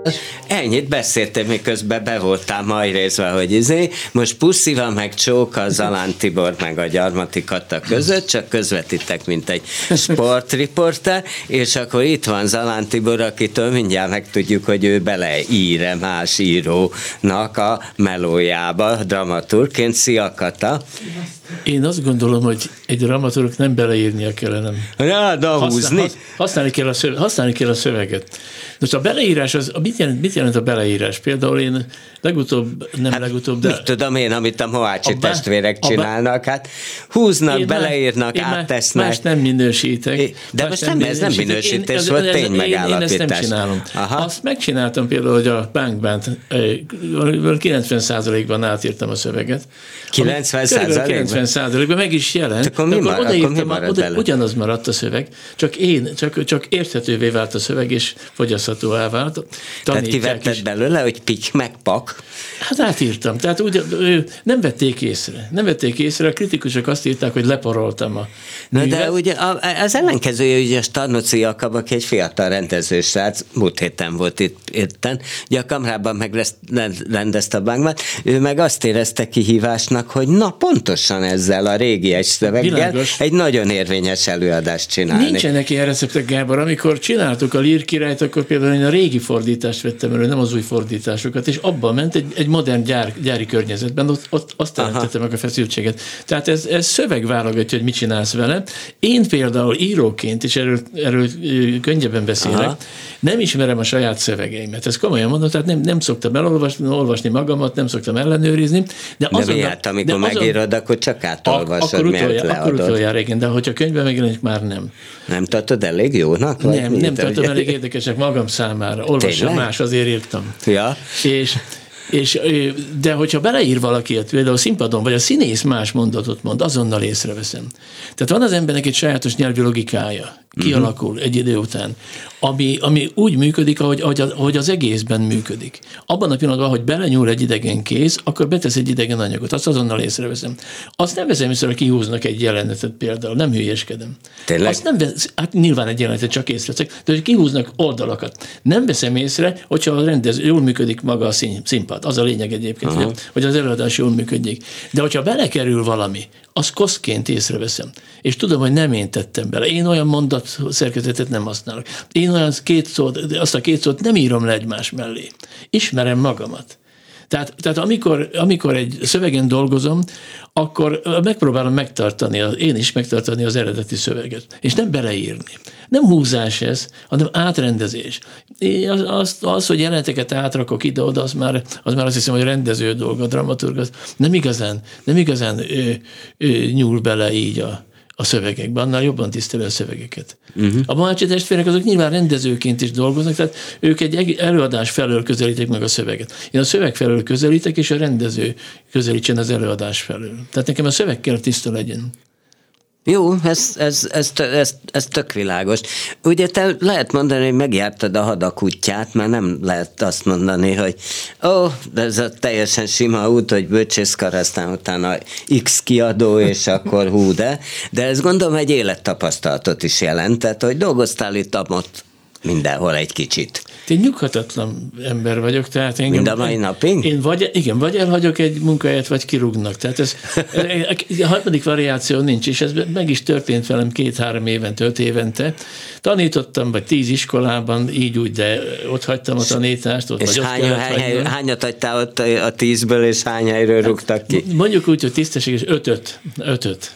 Ennyit beszéltem, miközben be voltál majd részve, hogy most puszi van, meg csók a Zalán Tibor, meg a Gyarmati Kata között, csak közvetítek, mint egy sportriporter, és akkor itt van Zalán Tibor, akitől mindjárt megtudjuk, hogy ő beleír más írónak a melójába, dramaturgként. Szia, Kata! Én azt gondolom, hogy egy dramaturgnak nem beleírnia kellene. Húzni? Használni kell a szöveget. Most a beleírás, mit jelent a beleírás? Például én legutóbb, de... Mit tudom én, amit a Mohácsi testvérek csinálnak, hát húznak, beleírnak, áttesznek. Más nem minősítek. De most ez nem minősítés volt, ténymegállapítás. Én ezt nem csinálom. Aha. Azt megcsináltam például, hogy a Bankband 90%-ban átírtam a szöveget. 90%-ban? 90%-ban meg is jelent. Akkor mi marad bele? Ugyanaz maradt a szöveg, csak érthetővé vált a szöveg, és fogyaszthatóvá vált. Tehát kivetted belőle, hogy pikk meg pak? Hát átírtam. Tehát nem vették észre. A kritikusok azt írták, hogy leporoltam a művet. De ugye az ellenkezője, ugye a Starnoci Jakab, aki egy fiatal rendezősrác, múlt héten volt itten, ugye a Kamrában megrendezte a Bankban, ő meg azt érezte kihívásnak, hogy pontosan ezzel a régi szöveggel egy nagyon érvényes előadást csinálni. Nincsenek ilyen receptek, Gábor. Amikor csináltuk a Lír királyt, akkor például én a régi fordítást vettem elő, nem az új fordításokat, és abban ment egy modern gyári környezetben, ott azt teremtette meg a feszültséget. Tehát ez szöveg válogatja, hogy mit csinálsz vele. Én például íróként, és erről könnyebben beszélek, nem ismerem a saját szövegeimet. Ez komolyan mondom, tehát nem szoktam elolvasni magamat, nem szoktam ellenőrizni. De miért, amikor megírod, akkor csak átolvasod, akkor utoljára, igen, de hogyha könyvben megjelenik, már nem. Nem tartod elég jónak? Nem tartom elég érdekesnek magam számára. Olvasom más, azért írtam. Ja. De hogyha beleír valakiet, például a színpadon, vagy a színész más mondatot mond, azonnal észreveszem. Tehát van az embernek egy sajátos nyelvi logikája, kialakul egy idő után, ami úgy működik, ahogy az egészben működik. Abban a pillanatban, hogy belenyúl egy idegen kéz, akkor betesz egy idegen anyagot, azt azonnal észreveszem. Azt nem veszem észre, hogy kihúznak egy jelenetet például, nem hülyeskedem. Tényleg? Azt nem hát nyilván egy jelenetet csak észreveszek, de hogy kihúznak oldalakat. Nem veszem észre, hogyha a rendező jól működik maga a színpad. Az a lényeg egyébként, hogy az előadás jól működjék. De hogyha belekerül valami, az koszként észreveszem. És tudom, hogy nem én tettem bele. Én olyan mondat szerkezetet nem használok. Én olyan azt a két szót nem írom le egymás mellé. Ismerem magamat. Tehát amikor egy szövegen dolgozom, akkor megpróbálom én is megtartani az eredeti szöveget, és nem beleírni. Nem húzás ez, hanem átrendezés. Az, hogy jeleneteket átrakok ide-oda, az már azt hiszem, hogy rendező dolga, a dramaturg, az nem igazán nyúl bele így a szövegekbe, annál jobban tiszteli a szövegeket. A Mohácsi testvérek azok nyilván rendezőként is dolgoznak, tehát ők egy előadás felől közelítik meg a szöveget. Én a szöveg felől közelítek, és a rendező közelítsen az előadás felől. Tehát nekem a szöveg kell tiszta legyen. Jó, ez tök világos. Ugye te lehet mondani, hogy megjártad a Hadakutyát, mert nem lehet azt mondani, hogy de ez a teljesen sima út, hogy bölcsészkar, aztán utána X kiadó, és akkor de ez gondolom egy élettapasztalatot is jelentett, hogy dolgoztál itt ott mindenhol egy kicsit. Én nyughatatlan ember vagyok, tehát engem... Mind a mai napig? Én vagy elhagyok egy munkahelyet, vagy kirúgnak. Tehát a harmadik variáció nincs, és ez meg is történt velem 2-3 évente, 5 évente. Tanítottam, vagy 10 iskolában, így úgy, de ott hagytam a tanítást. És hányat hagytál ott a 10-ből, és hány helyről rúgtak ki? Mondjuk úgy, hogy tisztességes 5-öt.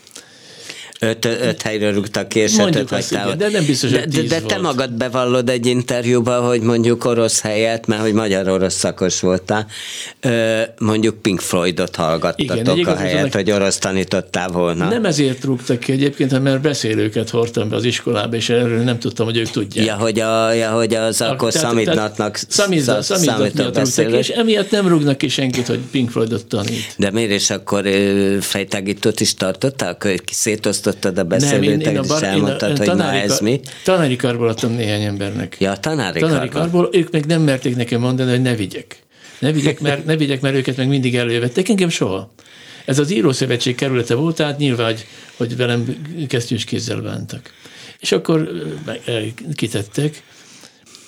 5 helyről rúgtak ki, és 5-öt hagytál. De nem biztos, hogy 10 de te magad bevallod egy interjúban, hogy mondjuk orosz helyett, mert hogy magyar-orosz szakos voltál, mondjuk Pink Floydot hallgattatok a helyet, hogy orosz tanítottál volna. Nem ezért rúgtak ki egyébként, mert beszélőket hordtam be az iskolába, és erről nem tudtam, hogy ők tudják. hogy az akkor Szamidnatnak Szamidnat beszélők. És emiatt nem rúgnak ki senkit, hogy Pink Floydot tanít. De miért, és akkor fejtágítót is tartottál, hogy szétosztottad a beszélőtek, és elmondtad, hogy na ez mi? Tanári karból adtam néhány embernek. Ja, tanári karból. Ők meg nem merték nekem mondani, hogy ne vigyek. Ne vigyek, mert őket meg mindig elővettek. Engem soha. Ez az Írószövetség kerülete volt, tehát nyilván, hogy velem kesztyűs kézzel bántak. És akkor kitettek.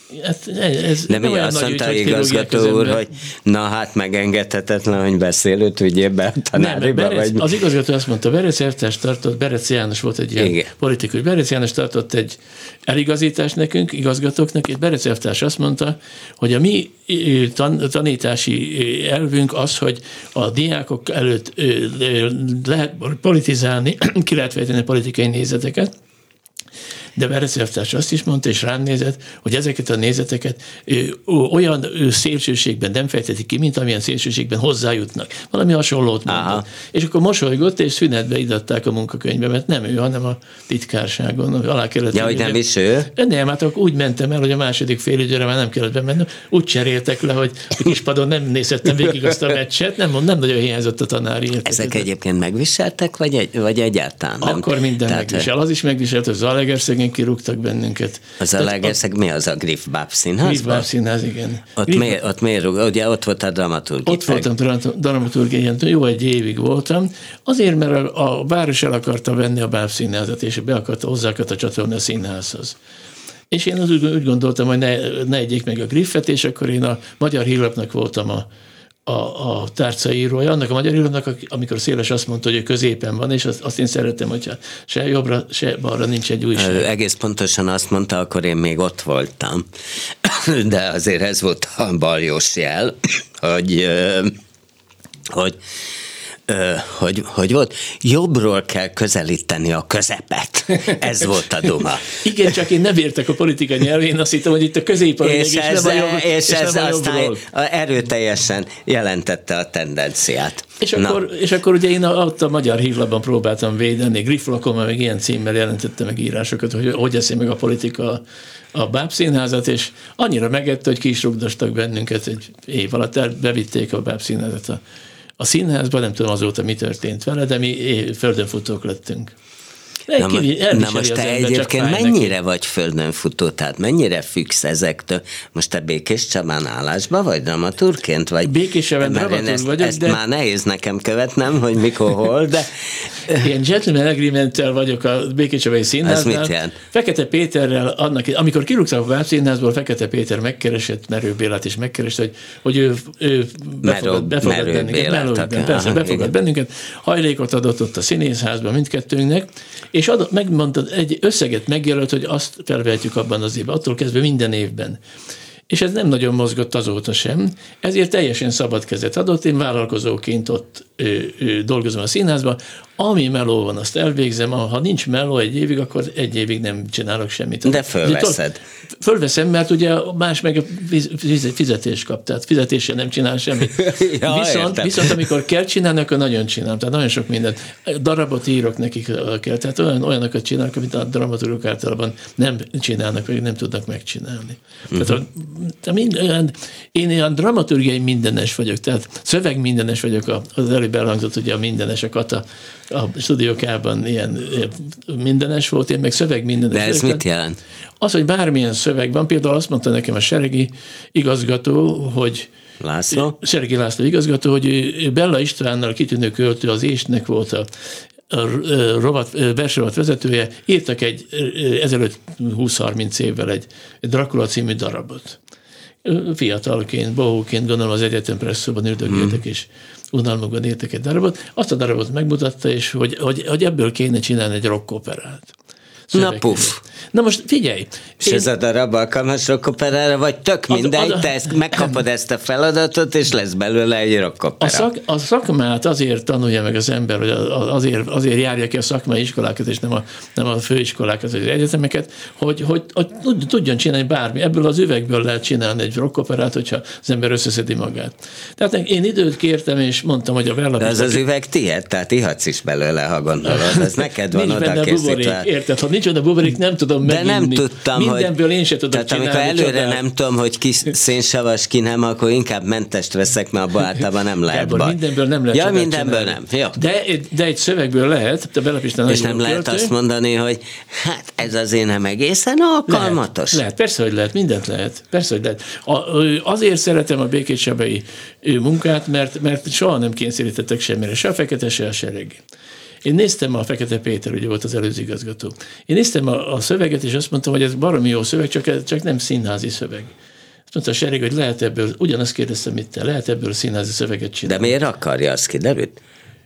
De mi azt mondta igazgató úr, hogy na hát megengedhetetlen, hogy beszélőt vigyél be a tanáriba? Az igazgató azt mondta, Berec János volt egy ilyen politikus, Berec János tartott egy eligazítást nekünk, igazgatóknak, és Berec elvtárs azt mondta, hogy a mi tanítási elvünk az, hogy a diákok előtt lehet politizálni, ki lehet fejteni politikai nézeteket, de Berec elvtárs azt is mondta, és rám nézett, hogy ezeket a nézeteket olyan szélsőségben nem fejtetik ki, mint amilyen szélsőségben hozzájutnak. Valami hasonlót mondott. És akkor mosolygott, és szünetbe idatták a munkakönyvbe, mert nem ő, hanem a titkárságon. Alá kellett. Ja, hogy nem is ő? Nem, hát akkor úgy mentem el, hogy a második fél időre már nem kellett bemennem. Úgy cseréltek le, hogy a kispadon nem nézhettem végig azt a meccset, nem nagyon hiányzott a tanári érték. Ezek egyébként megviseltek, vagy egyáltalán nem? Akkor minden megvisel. Az is megviselt, hogy Zalaegerszegen kirúgtak bennünket. A Zalaegerszeg mi az, a Griff-Bab színház? Griff-Bab színház, igen. Ott miért ugye ott volt a dramaturgia? Ott voltam dramaturgia, jó egy évig voltam. Azért, mert a város el akarta venni a Báb színházat, és hozzá akart a csatolni a színházhoz. És én úgy gondoltam, hogy ne egyék meg a Griffet, és akkor én a Magyar Hírlapnak voltam a tárcaírója, annak a Magyar Hírlapnak, amikor Széles azt mondta, hogy ő középen van, és azt én szerettem, hogyha se jobbra, se balra nincs egy újság. Egész pontosan azt mondta, akkor én még ott voltam. De azért ez volt a baljós jel, hogy volt, jobbról kell közelíteni a közepet. Ez volt a duma. Igen, csak én nem értek a politika nyelvén, azt hittem, hogy itt a közép a lényeg, és ez aztán erőteljesen jelentette a tendenciát. És akkor ugye én ott a Magyar Hírlapban próbáltam védeni, Grifflakon, meg ilyen címmel jelentette meg írásokat, hogy eszi meg a politika a Báb színházat, és annyira megette, hogy ki is rugdostak bennünket, egy év alatt bevitték a Báb színházat a színházban, nem tudom azóta mi történt vele, de mi földönfutók lettünk. Na most te egyébként mennyire vagy földönfutó, tehát mennyire függsz ezektől? Most te Békés Csabán állásban vagy dramaturgként? Vagy? Békés Csabán dramaturg vagyok, ezt már nehéz nekem követnem, hogy mikor, hol, de... Ilyen gentleman agreement-tel vagyok a Békés Csabai Színháznál. Ez mit jelent? Fekete Péterrel, amikor kirúgtak a Báb Színházból, Fekete Péter megkeresett Merő Bélát, és megkeresett, hogy ő befogad bennünket. Persze, befogad bennünket. Hajlékot adott ott a színészházban mindkettőnknek, és megmondta, egy összeget megjelölt, hogy azt felvehetjük abban az évben, attól kezdve minden évben. És ez nem nagyon mozgott azóta sem, ezért teljesen szabad kezet adott. Én vállalkozóként ott dolgozom a színházban, ami meló van, azt elvégzem, ha nincs meló egy évig, akkor egy évig nem csinálok semmit. De fölveszed. Fölveszem, mert ugye más meg fizetést kap, tehát fizetéssel nem csinál semmit. Ja, viszont amikor kell csinálni, akkor nagyon csinálom, tehát nagyon sok mindent. Darabot írok nekik kell, tehát olyanokat csinálok, amit a dramaturgok általában nem csinálnak, vagy nem tudnak megcsinálni. Tehát én a dramaturgiai mindenes vagyok, tehát szöveg mindenes vagyok, az előbb elhangzott ugye a mindenes, a Kata a stúdiókában ilyen mindenes volt, én meg szöveg mindenes. De ez mit jelent? Az, hogy bármilyen szöveg van, például azt mondta nekem a seregi igazgató, hogy Seregi László igazgató, hogy Bella Istvánnal kitűnő költő, az Ésnek volt a versorovat vezetője, írtak ezelőtt 20-30 évvel egy Dracula című darabot. Fiatalként, bohóként, gondolom az egyetem presszóban üldögéltek, és unalmukban írtak egy darabot. Azt a darabot megmutatta, és hogy ebből kéne csinálni egy rockoperát. Na puf. Na most figyelj. És ez a darab alkalmas rockoperára, vagy tök mindegy, te megkapod ezt a feladatot, és lesz belőle egy rockopera. A szakmát azért tanulja meg az ember, hogy azért járja ki a szakmai iskolákat, és nem a főiskolákat, vagy az egyetemeket, hogy tudjon csinálni bármi. Ebből az üvegből lehet csinálni egy rockoperát, hogyha az ember összeszedi magát. Tehát én időt kértem, és mondtam, hogy a Verla... De ez az üveg tiéd, tehát ihatsz is belőle, ha gondolod. Ez neked van oda készítve. Érted, ha nincs oda buborék, nem tudom meginni. De nem tudtam, mindenből én sem tudok csinálni. Tehát amikor előre nem tudom, hogy ki szénsavas, ki nem, akkor inkább mentest veszek, mert abból általában nem lehet Gábor, baj. mindenből nem lehet. Ja, mindenből nem. Jó. De egy szövegből lehet, te Bella Pista és nem lehet azt mondani, hogy hát ez azért nem egészen alkalmatos. Lehet, persze, hogy lehet, mindent lehet. Persze, hogy lehet. Azért szeretem a Békés Csabai munkát, mert soha nem kényszerítettek semmire, se a Fekete, se a Seregi. Én néztem, a Fekete Péter, ugye volt az előző igazgató. Én néztem a szöveget, és azt mondtam, hogy ez baromi jó szöveg, csak nem színházi szöveg. Azt mondta a Serig, hogy lehet ebből, ugyanazt kérdeztem, mit te, lehet ebből színházi szöveget csinálni. De miért akarja, az kiderült?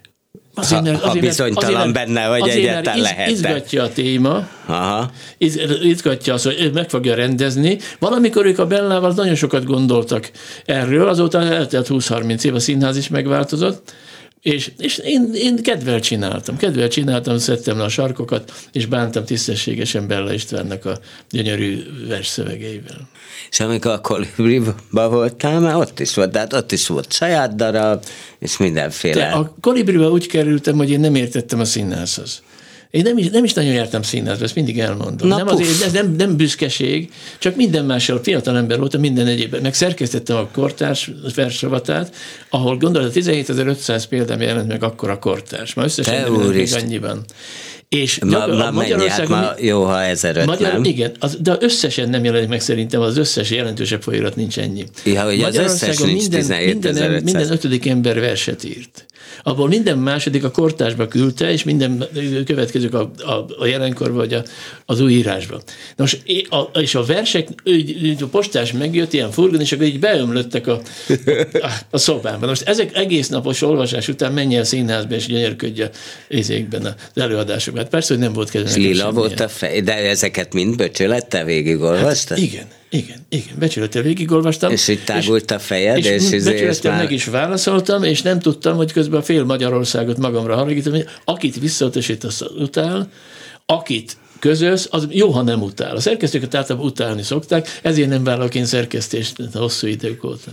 Ha bizonytalan benne, hogy egyáltalán lehet. Izgatja a téma, Aha. Izgatja azt, hogy meg fogja rendezni. Valamikor ők a Bellával nagyon sokat gondoltak erről, azóta eltelt 20-30 év, a színház is megváltozott, és én kedvel csináltam, szedtem le a sarkokat, és bántam tisztességesen Bella Istvánnak a gyönyörű versszövegeivel. És amikor a Kolibriban voltál, már ott is volt, tehát ott is volt saját darab, és mindenféle. De a Kolibriba úgy kerültem, hogy én nem értettem a színházhoz. Én nem is nagyon jártam színházba, ezt mindig elmondom. Nem azért, ez nem büszkeség, csak minden mással fiatal ember voltam, minden egyébben. Meg szerkesztettem a Kortárs versrovatát, ahol gondolod, 17.500 példám jelent meg akkor a Kortárs. Ma összesen nem jelent meg annyiban. És Magyarországon jó, ha 1500 nem. Igen, de összesen nem jelenik meg szerintem, az összes jelentősebb folyóirat nincs ennyi. Ja, hogy az összes nincs 17.500. Minden 5. ember verset írt. Abból minden második a Kortársba küldte, és minden következők a jelenkorba, vagy az új írásba. Nos, és a versek, a postás megjött ilyen furgon, és akkor így beömlöttek a szobámban. Most ezek egész napos olvasás után menj el színházba, és gyönyörködj ezekben az előadásokban. Hát persze, hogy nem volt kedve. Lila volt a fej, de ezeket mind becsülettel végigolvastad? Hát igen, becsülettel végigolvastam. És így tágult a fejed, és becsülettel meg is válaszoltam, és nem tudtam, hogy közben a fél Magyarországot magamra haragítom, hogy akit visszautasítasz, utál, akit közölsz, az jó, ha nem utál. A szerkesztőket általában utálni szokták, ezért nem vállalok én szerkesztést hosszú idők óta.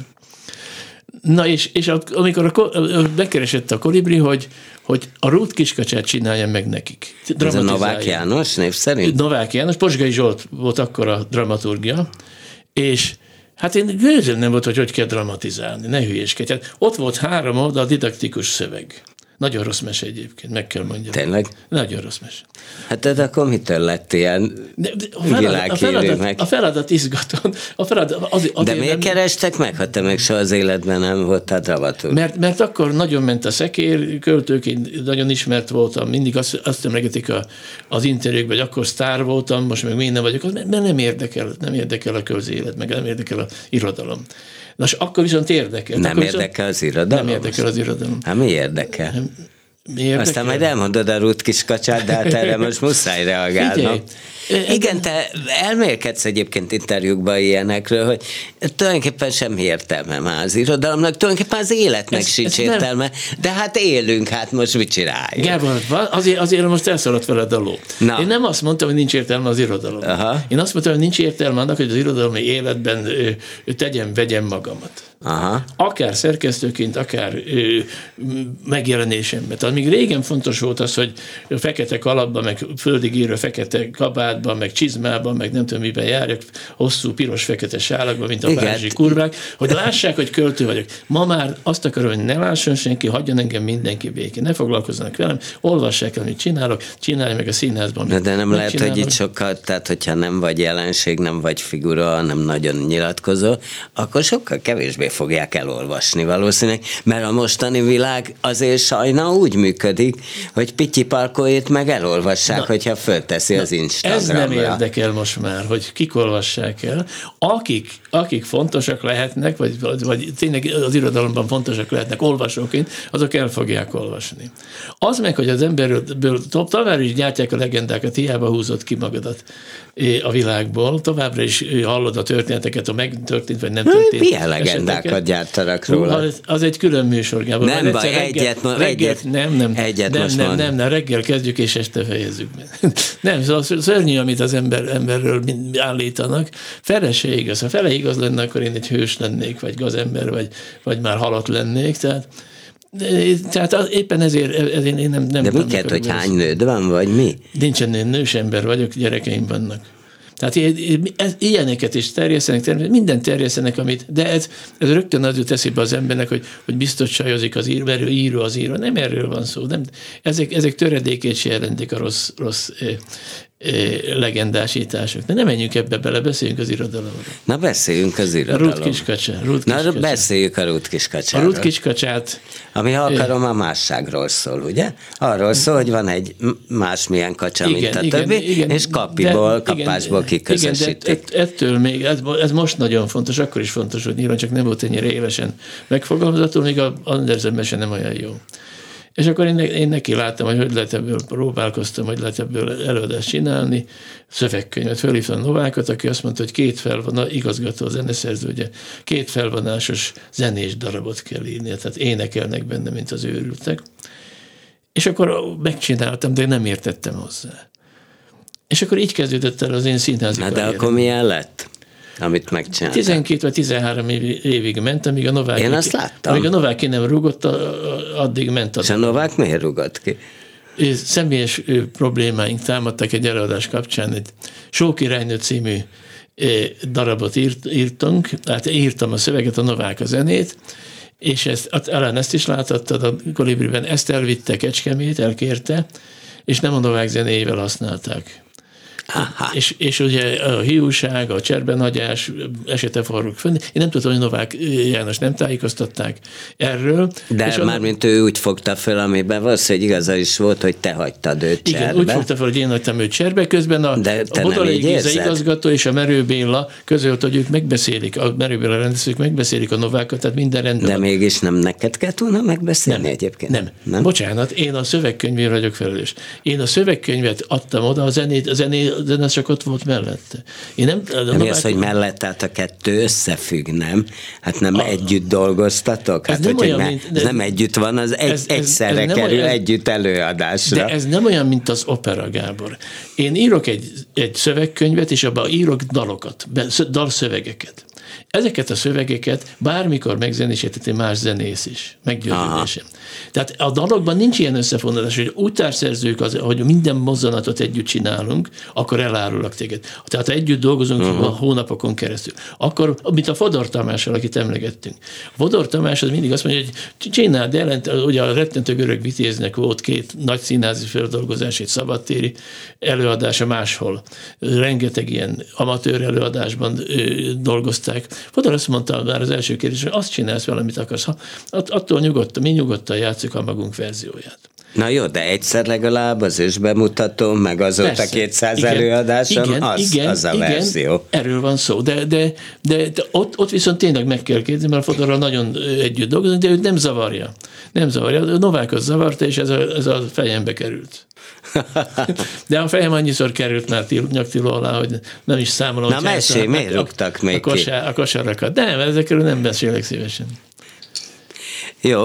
Na és amikor bekeresett a Kolibri, hogy a Ruth Kiskacsát csinálja meg nekik. Ez a Novák János név szerint? Novák János, Posgai Zsolt volt akkor a dramaturgia, és hát én gőzöm nem volt, hogy kell dramatizálni, ne hülyéskedj. Hát ott volt 3 oldal didaktikus szöveg. Nagyon rossz mese egyébként, meg kell mondjam. Tényleg? Nagyon rossz mese. Hát ez akkor mitől lett ilyen világhírű meg? A feladat izgató. De miért kerestek meg, ha te meg soha az életben nem voltál dramaturg? Mert akkor nagyon ment a szekér, költőként nagyon ismert voltam, mindig azt emlegetik az interjúkban, hogy akkor sztár voltam, most meg még nem vagyok, mert nem érdekel a közélet, meg nem érdekel az irodalom. Nos, akkor viszont érdekel. Nem érdekel az irodalom? Nem érdekel az irodalom. Hát mi érdekel? Aztán majd elmondod a Ruth Kiskacsát, de hát erre most muszáj reagálnom. Igen, te elmélkedsz egyébként interjúkban ilyenekről, hogy tulajdonképpen semmi értelme már az irodalomnak, tulajdonképpen az életnek sincs értelme, de hát élünk, hát most mit csináljuk? Gábor, azért most elszaladt veled a ló. Én nem azt mondtam, hogy nincs értelme az irodalomnak. Aha. Én azt mondtam, hogy nincs értelme annak, hogy az irodalmi életben vegyem magamat. Aha. Akár szerkesztőként, akár megjelenésemben. Tehát még régen fontos volt az, hogy fekete kalapban, meg földig írva fekete kabátban, meg csizmában, meg nem tudom miben járjak, hosszú piros-fekete sálakban, mint a pázsi kurvák, hogy lássák, hogy költő vagyok. Ma már azt akarom, hogy ne lásson senki, hagyjon engem mindenki békén, ne foglalkozzanak velem, olvassák el, amit csinálok, csinálj meg a színházban. De nem lehet, csinálom. Hogy itt sokkal, tehát hogyha nem vagy jelenség, nem vagy figura, nem nagyon nyilatkozó, akkor sokkal kevésbé fogják elolvasni valószínűleg, mert a mostani világ azért sajna úgy működik, hogy Pityi Palkóét meg elolvassák, hogyha fölteszi az Instagramra. Ez nem érdekel most már, hogy kik olvassák el. Akik fontosak lehetnek, vagy tényleg az irodalomban fontosak lehetnek olvasóként, azok el fogják olvasni. Az meg, hogy az emberből továbbra is gyártják a legendákat, hiába húzott ki magadat a világból, továbbra is hallod a történeteket, ha megtörtént, vagy nem történt. Milyen legendákat gyártanak róla? Az egy külön műsor, Gábor. Nem baj, Nem, reggel kezdjük, és este fejezzük meg. Nem, szóval szörnyű, amit az emberről állítanak. Fele se igaz. Ha fele igaz lenne, akkor én egy hős lennék, vagy gazember, vagy már halott lennék, tehát éppen ezért én nem... De miket, hogy hány nőd van, vagy mi? Nincsen, én nős ember vagyok, gyerekeim vannak. Tehát ilyeneket is terjesztenek, mindent terjesztenek, de ez rögtön az jut eszébe az embernek, hogy biztos csajozik az író. Nem erről van szó. Nem, ezek töredékét se jelentik a rossz legendásítások. De nem menjünk ebbe bele, beszéljünk az irodalomról. Na, beszéljünk az irodalomról. A Ruth Kiskacsa. Na, beszéljük a Ruth Kiskacsáról. A Ruth Kiskacsát... Ami, ha akarom, a másságról szól, ugye? Arról szól, hogy van egy másmilyen kacsa, mint a többi, és kapásból kiközösítik. Igen, de ettől még, ez most nagyon fontos, akkor is fontos, hogy nyilván csak nem volt ennyire élesen megfogalmazható, még a Andersen mese nem olyan jó. És akkor én neki láttam, hogy lehet ebből, próbálkoztam, hogy lehet ebből előadást csinálni, szövegkönyvet, fölhívtam Novákot, aki azt mondta, hogy igazgató, a zeneszerző, ugye, 2 felvonásos zenés darabot kell írni, tehát énekelnek benne, mint az őrültek. És akkor megcsináltam, de nem értettem hozzá. És akkor így kezdődött el az én színházi karrierem. De akkor milyen lett, amit megcsináltam? 12 vagy 13 évig ment, amíg a Novák... Én azt láttam. Amíg a Novák ki nem rúgott, addig ment. És a Novák miért rúgott ki? Személyes problémáink támadtak egy előadás kapcsán. Egy Sókirálynő című darabot írtunk, hát írtam a szöveget, a Novák a zenét, és ezt is láthattad a Kolibriben, ezt elvitte Kecskemét, elkérte, és nem a Novák zenéjével használták. És ugye a hiúság, a cserbenhagyás esete forruk fönn. Én nem tudom, hogy Novák János nem tájékoztatták erről. De mármint ő úgy fogta fel, amiben valószínűleg igaza is volt, hogy te hagytad őt cserbe. Igen, úgy fogta fel, hogy én hagytam őt cserbe, közben a Bodolai Géza igazgató és a Merő Béla közölt, hogy ők megbeszélik, a Merő Béla rendezők megbeszélik a Novákat, tehát minden rendben. De mégis nem neked kellett volna megbeszélni egyébként? Nem. Bocsánat, én a szövegkönyvért vagyok felelős. Én a szövegkönyvet adtam oda, a zene csak ott volt mellette. Mi az, hogy mellett, tehát a kettő összefügg, nem? Hát nem együtt dolgoztatok? Hát, ez nem együtt van, az egyszerre kerül együtt előadásra. De ez nem olyan, mint az opera, Gábor. Én írok egy szövegkönyvet, és abban írok dalokat, dalszövegeket. Ezeket a szövegeket bármikor megzenésíteti más zenész is, meggyőződésem. Tehát a dalokban nincs ilyen összefonódás, hogy úgy társszerzők, hogy minden mozzanatot együtt csinálunk, akkor elárulok téged. Tehát ha együtt dolgozunk hónapokon keresztül. Akkor, mint a Fodor Tamással, akit emlegettünk. A Fodor Tamás az mindig azt mondja, hogy csináld, ugye a Rettentő görög vitéznek volt 2 nagy színházi feldolgozás, egy szabadtéri előadása máshol. Rengeteg ilyen amatőr előadásban dolgozták. Fodor azt mondta már az első kérdés, hogy azt csinálsz, valamit akarsz. Attól mi nyugodtan játsszuk a magunk verzióját. Na jó, de egyszer legalább az ősbemutató, meg azóta persze, 200 előadáson, az a verzió. Erről van szó, de ott viszont tényleg meg kell kérdezni, mert a Fodorral nagyon együtt dolgozunk, de őt nem zavarja. A Novákot zavarta, és ez a fejembe került. De a fejem annyiszor került már nyaktiló alá, hogy nem is számolom. Na mesélj, miért rúgtak még ki? A kosarakat. Nem, ezekről nem beszélek szívesen. Jó.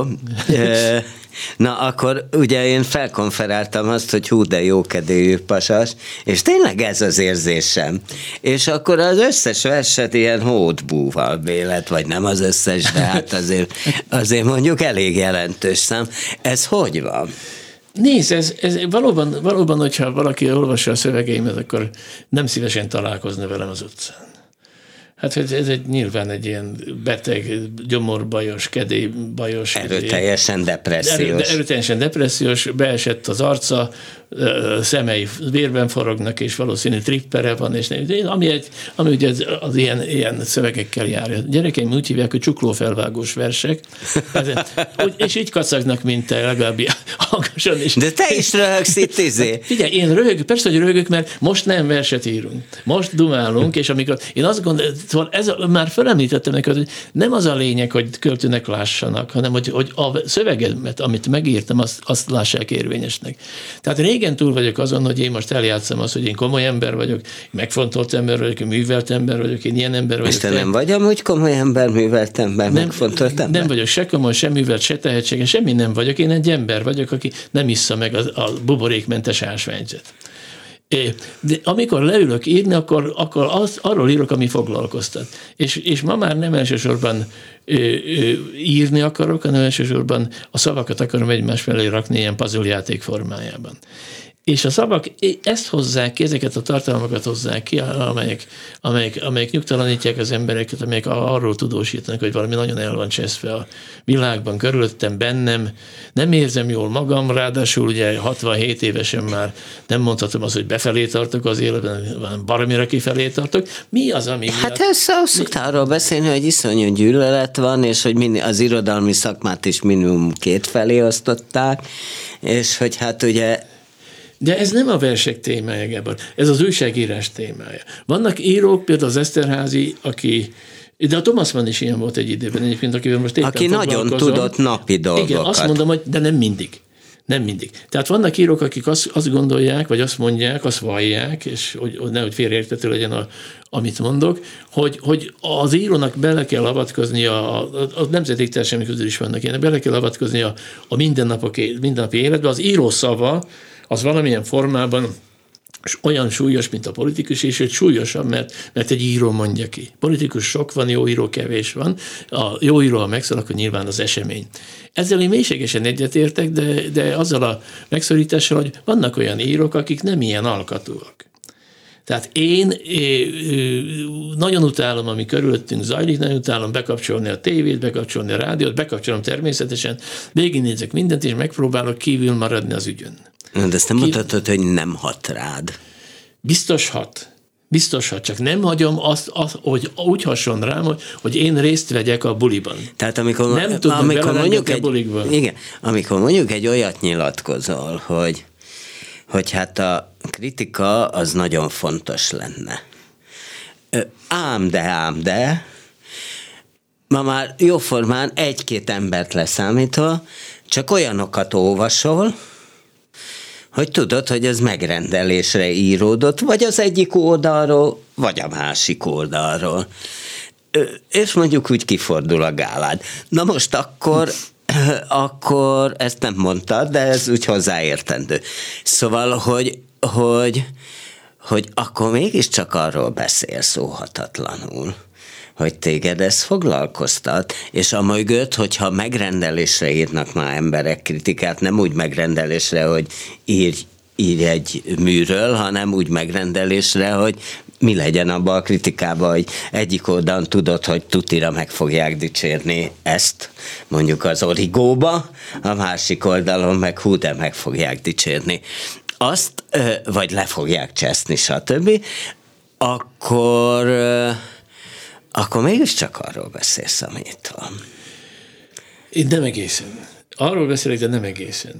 Na akkor ugye én felkonferáltam azt, hogy hú, de jókedélyű pasas, és tényleg ez az érzésem. És akkor az összes verset ilyen hódbúval bélet, vagy nem az összes, de hát azért mondjuk elég jelentős szám. Ez hogy van? Nézd, ez valóban, hogyha valaki olvassa a szövegeimet, akkor nem szívesen találkozna velem az utcán. Hát ez nyilván egy ilyen beteg, gyomorbajos, kedélybajos. Erőteljesen depressziós. Erőteljesen depressziós, beesett az arca, szemei vérben forognak, és valószínű trippere van, és ami ugye az ilyen szövegekkel jár. A gyerekeim úgy hívják, hogy csuklófelvágós versek, és így kacagnak, mint te, legalább hangosan is. De te is röhögsz itt, Figyelj, én röhögök, persze, hogy röhögök, mert most nem verset írunk. Most dumálunk, és amikor én azt gondolom, szóval már felemlítettem neked, hogy nem az a lényeg, hogy költőnek lássanak, hanem hogy a szövegemet, amit megírtam, azt lássák érvényesnek. Tehát régen túl vagyok azon, hogy én most eljátszom azt, hogy én komoly ember vagyok, megfontolt ember vagyok, én művelt ember vagyok, én ilyen ember vagyok. És te nem vagy amúgy komoly ember, művelt ember, megfontolt ember? Nem vagyok se komoly, se művelt, se tehetséges, semmi nem vagyok. Én egy ember vagyok, aki nem issza meg a buborékmentes ásványzet. De amikor leülök írni, akkor arról írok, ami foglalkoztat. És ma már nem elsősorban írni akarok, hanem elsősorban a szavakat akarom egymás mellé rakni ilyen puzzle játék formájában. És a szavak ezt hozzák ki, ezeket a tartalmakat hozzák ki, amelyek nyugtalanítják az embereket, amelyek arról tudósítanak, hogy valami nagyon el van cseszve a világban, körülöttem, bennem, nem érzem jól magam, ráadásul ugye 67 évesen már nem mondhatom azt, hogy befelé tartok az életben, hanem baromira kifelé tartok. Mi az, ami miatt... Hát szoktál arról beszélni, hogy iszonyú gyűlölet van, és hogy az irodalmi szakmát is minimum két felé osztották, és hogy hát ugye... De ez nem a versek témája, Gábor, ez az újságírás témája. Vannak írók, például az Eszterházy, de a Thomas Mann is ilyen volt egy időben egyébként, akivel most éppen aki nagyon tudott napi dolgokat. Igen, azt mondom, hogy de nem mindig. Nem mindig. Tehát vannak írók, akik azt gondolják, vagy azt mondják, azt vallják, és hogy nehogy félreérthető legyen amit mondok, hogy az írónak bele kell avatkozni a nemzeti társadalmi közül is vannak ilyen, bele kell avatkozni a mindennapi életbe. Az író szava az valamilyen formában olyan súlyos, mint a politikus, és hogy súlyosabb, mert egy író mondja ki. Politikus sok van, jó író kevés van. A jó író, ha megszól, akkor nyilván az esemény. Ezzel én mélységesen egyetértek, de azzal a megszorítással, hogy vannak olyan írók, akik nem ilyen alkatúak. Tehát én nagyon utálom, ami körülöttünk zajlik, nagyon utálom bekapcsolni a tévét, bekapcsolni a rádiót, bekapcsolom természetesen, végignézek mindent, és megpróbálok kívül maradni az ügyön. De ezt nem mutatod, hogy nem hat rád. Biztos hat, csak nem hagyom azt hogy úgy hasson rám, hogy én részt vegyek a buliban. Tehát amikor mondjuk egy olyat nyilatkozol, hogy hát a kritika az nagyon fontos lenne. Ám de, ma már jóformán egy-két embert leszámítva, csak olyanokat olvasol, hogy tudod, hogy ez megrendelésre íródott, vagy az egyik oldalról, vagy a másik oldalról. És mondjuk úgy kifordul a gálád. Na most akkor ezt nem mondtad, de ez úgy hozzáértendő. Szóval, hogy akkor mégiscsak arról beszélsz óhatatlanul, hogy téged ez foglalkoztat, és amögött, hogyha megrendelésre írnak már emberek kritikát, nem úgy megrendelésre, hogy írj egy műről, hanem úgy megrendelésre, hogy mi legyen abban a kritikában, hogy egyik oldalon tudod, hogy tutira meg fogják dicsérni ezt, mondjuk az Origóba, a másik oldalon meg hú, de meg fogják dicsérni azt, vagy le fogják cseszni, stb. Akkor mégiscsak arról beszélsz, amit van. Én nem egészen. Arról beszélek, de nem egészen.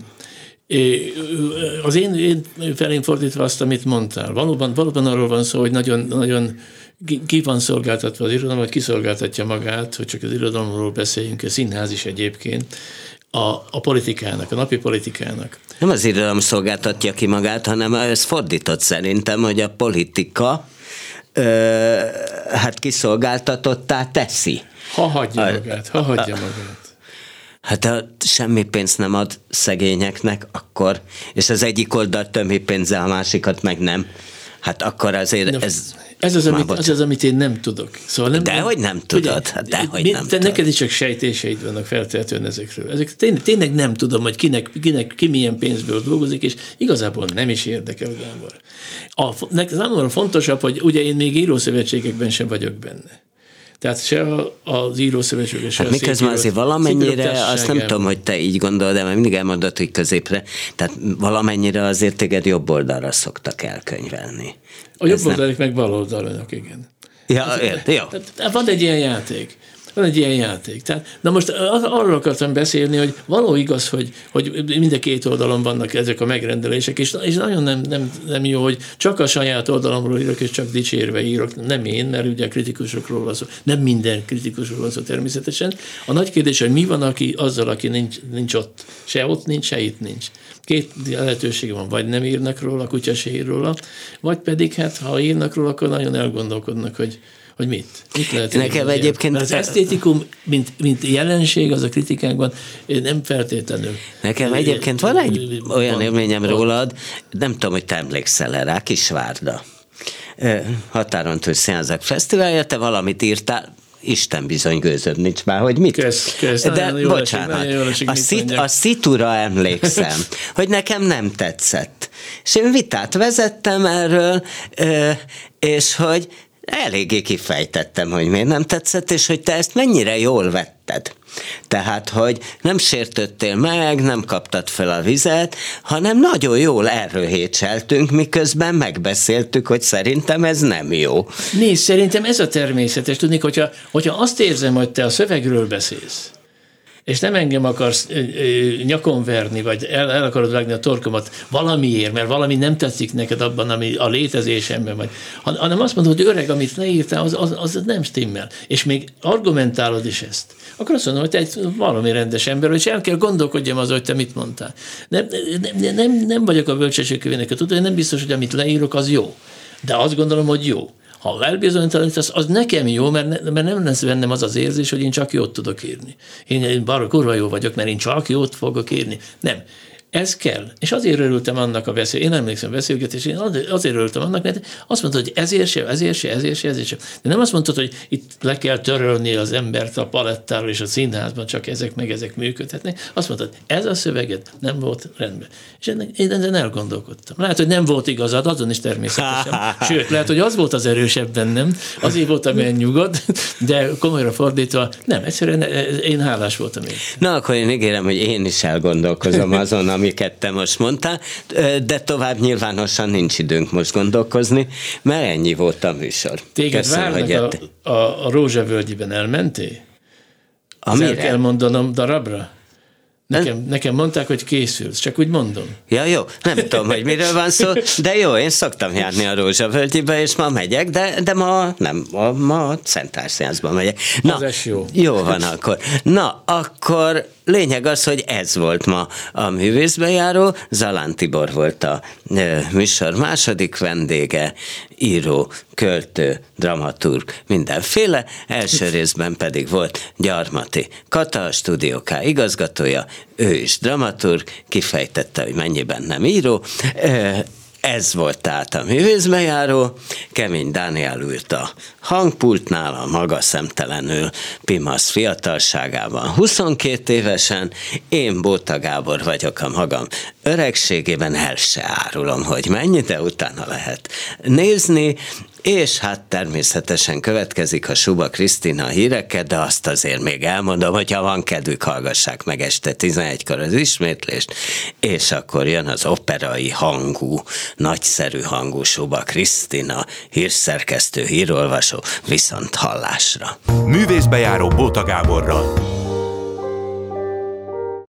Az én felén fordítva azt, amit mondtál. Valóban arról van szó, hogy nagyon ki van szolgáltatva az irodalom, vagy kiszolgáltatja magát, hogy csak az irodalomról beszéljünk, a színház is egyébként, a politikának, a napi politikának. Nem az irodalom szolgáltatja ki magát, hanem ez fordított szerintem, hogy a politika hát kiszolgáltatottá teszi. Ha hagyja magát. Hát ha semmi pénzt nem ad szegényeknek, akkor, és az egyik oldal tömmi pénzzel, a másikat meg nem, hát akkor azért ez az, amit én nem tudok. Szóval dehogy nem tudod. Neked is csak sejtéseid vannak feltehetően ezekről. Ezek tényleg nem tudom, hogy ki milyen pénzből dolgozik, és igazából nem is érdekel, Gábor. Számomra fontosabb, hogy ugye én még írószövetségekben sem vagyok benne. Tehát se az írószövetségek, se miközben azért valamennyire, azt nem tudom, hogy te így gondolod, de mert mindig elmondod, hogy középre, tehát valamennyire azért téged jobb oldalra szoktak elkönyvelni. A jobb oldalak meg bal oldalak, igen. Ja, jó. Van egy ilyen játék. Tehát, na most arról akartam beszélni, hogy való igaz, hogy mind a két oldalon vannak ezek a megrendelések, és nagyon nem jó, hogy csak a saját oldalamról írok, és csak dicsérve írok. Nem én, mert ugye a kritikusokról van szó. Nem minden kritikusról van szó természetesen. A nagy kérdés, hogy mi van aki nincs ott. Se ott nincs, se itt nincs. Két lehetőség van, vagy nem írnak róla, a kutya se ír róla, vagy pedig, hát ha írnak róla, akkor nagyon elgondolkodnak, hogy mit lehet. Nekem egyébként... Mert az esztétikum, mint jelenség az a kritikákban nem feltétlenül. Nekem egyébként van egy olyan élményem rólad, nem tudom, hogy te emlékszel rá, Kisvárda. Határon túl Színházak Fesztiválja, te valamit írtál, Isten bizony gőzöm nincs már, hogy mit. Kösz, de bocsánat, a szitura emlékszem, hogy nekem nem tetszett. És én vitát vezettem erről, és hogy eléggé kifejtettem, hogy miért nem tetszett, és hogy te ezt mennyire jól vetted. Tehát, hogy nem sértöttél meg, nem kaptad fel a vizet, hanem nagyon jól elröhécseltünk, miközben megbeszéltük, hogy szerintem ez nem jó. Nézd, szerintem ez a természetes. Tudni, hogyha azt érzem, hogy te a szövegről beszélsz, és nem engem akarsz nyakon verni, vagy el akarod vágni a torkomat valamiért, mert valami nem tetszik neked abban, ami a létezésemben, vagy, hanem azt mondod, hogy öreg, amit leírtál, az nem stimmel. És még argumentálod is ezt. Akkor azt mondom, hogy te egy valami rendes ember, és el kell gondolkodjam az, hogy te mit mondtál. Nem vagyok a bölcsességkövének a tudó, nem biztos, hogy amit leírok, az jó. De azt gondolom, hogy jó. Ha elbizonytalanítasz, az nekem jó, mert nem lesz bennem az az érzés, hogy én csak jót tudok írni. Én kurva jó vagyok, mert én csak jót fogok írni. Nem. Ez kell. És azért örültem annak a én emlékszem beszélgetés, én azért örültem annak, mert azt mondtad, hogy ezért se. De nem azt mondtad, hogy itt le kell törölni az embert a palettáról és a színházban, csak ezek működhetnek. Azt mondtad, ez a szöveget nem volt rendben. És én ezen elgondolkodtam. Lehet, hogy nem volt igazad, azon is természetesen. Sőt, lehet, hogy az volt az erősebb bennem, azért voltam ilyen nyugodt, de komolyra fordítva, nem, egyszerűen én hálás voltam én. Na, akkor én ígérem, hogy én is elgondolkozom azon, amiket te most mondtál, de tovább nyilvánosan nincs időnk most gondolkozni, mert ennyi volt a műsor. Téged várnak a Rózsavölgyiben, elmentél? Amire? El kell mondanom darabra? Nekem mondták, hogy készülsz, csak úgy mondom. Ja, jó, nem tudom, hogy miről van szó, de jó, én szoktam járni a Rózsavölgyibe, és ma megyek, de ma nem, ma Szentárszínházba megyek. Na, az jó. Jó van akkor. Na, akkor lényeg az, hogy ez volt ma a művészbejáró. Zalán Tibor volt a műsor második vendége, író, költő, dramaturg, mindenféle. Első részben pedig volt Gyarmati Kata, a Stúdió K igazgatója, ő is dramaturg, kifejtette, hogy mennyiben nem író. Ez volt tehát a művészbejáró, Kemény Dániel ült a hangpultnál, a maga szemtelenül Pimasz fiatalságában, 22 évesen, én Bóta Gábor vagyok a magam öregségében, el se árulom, hogy mennyi, de utána lehet nézni, és hát természetesen következik a Suba Krisztina híreket, de azt azért még elmondom, hogyha van kedvük, hallgassák meg este 11-kor az ismétlést, és akkor jön az operai hangú, nagyszerű hangú Suba Krisztina, hírszerkesztő, hírolvasó, viszont hallásra. Művészbejáró Bóta Gáborral.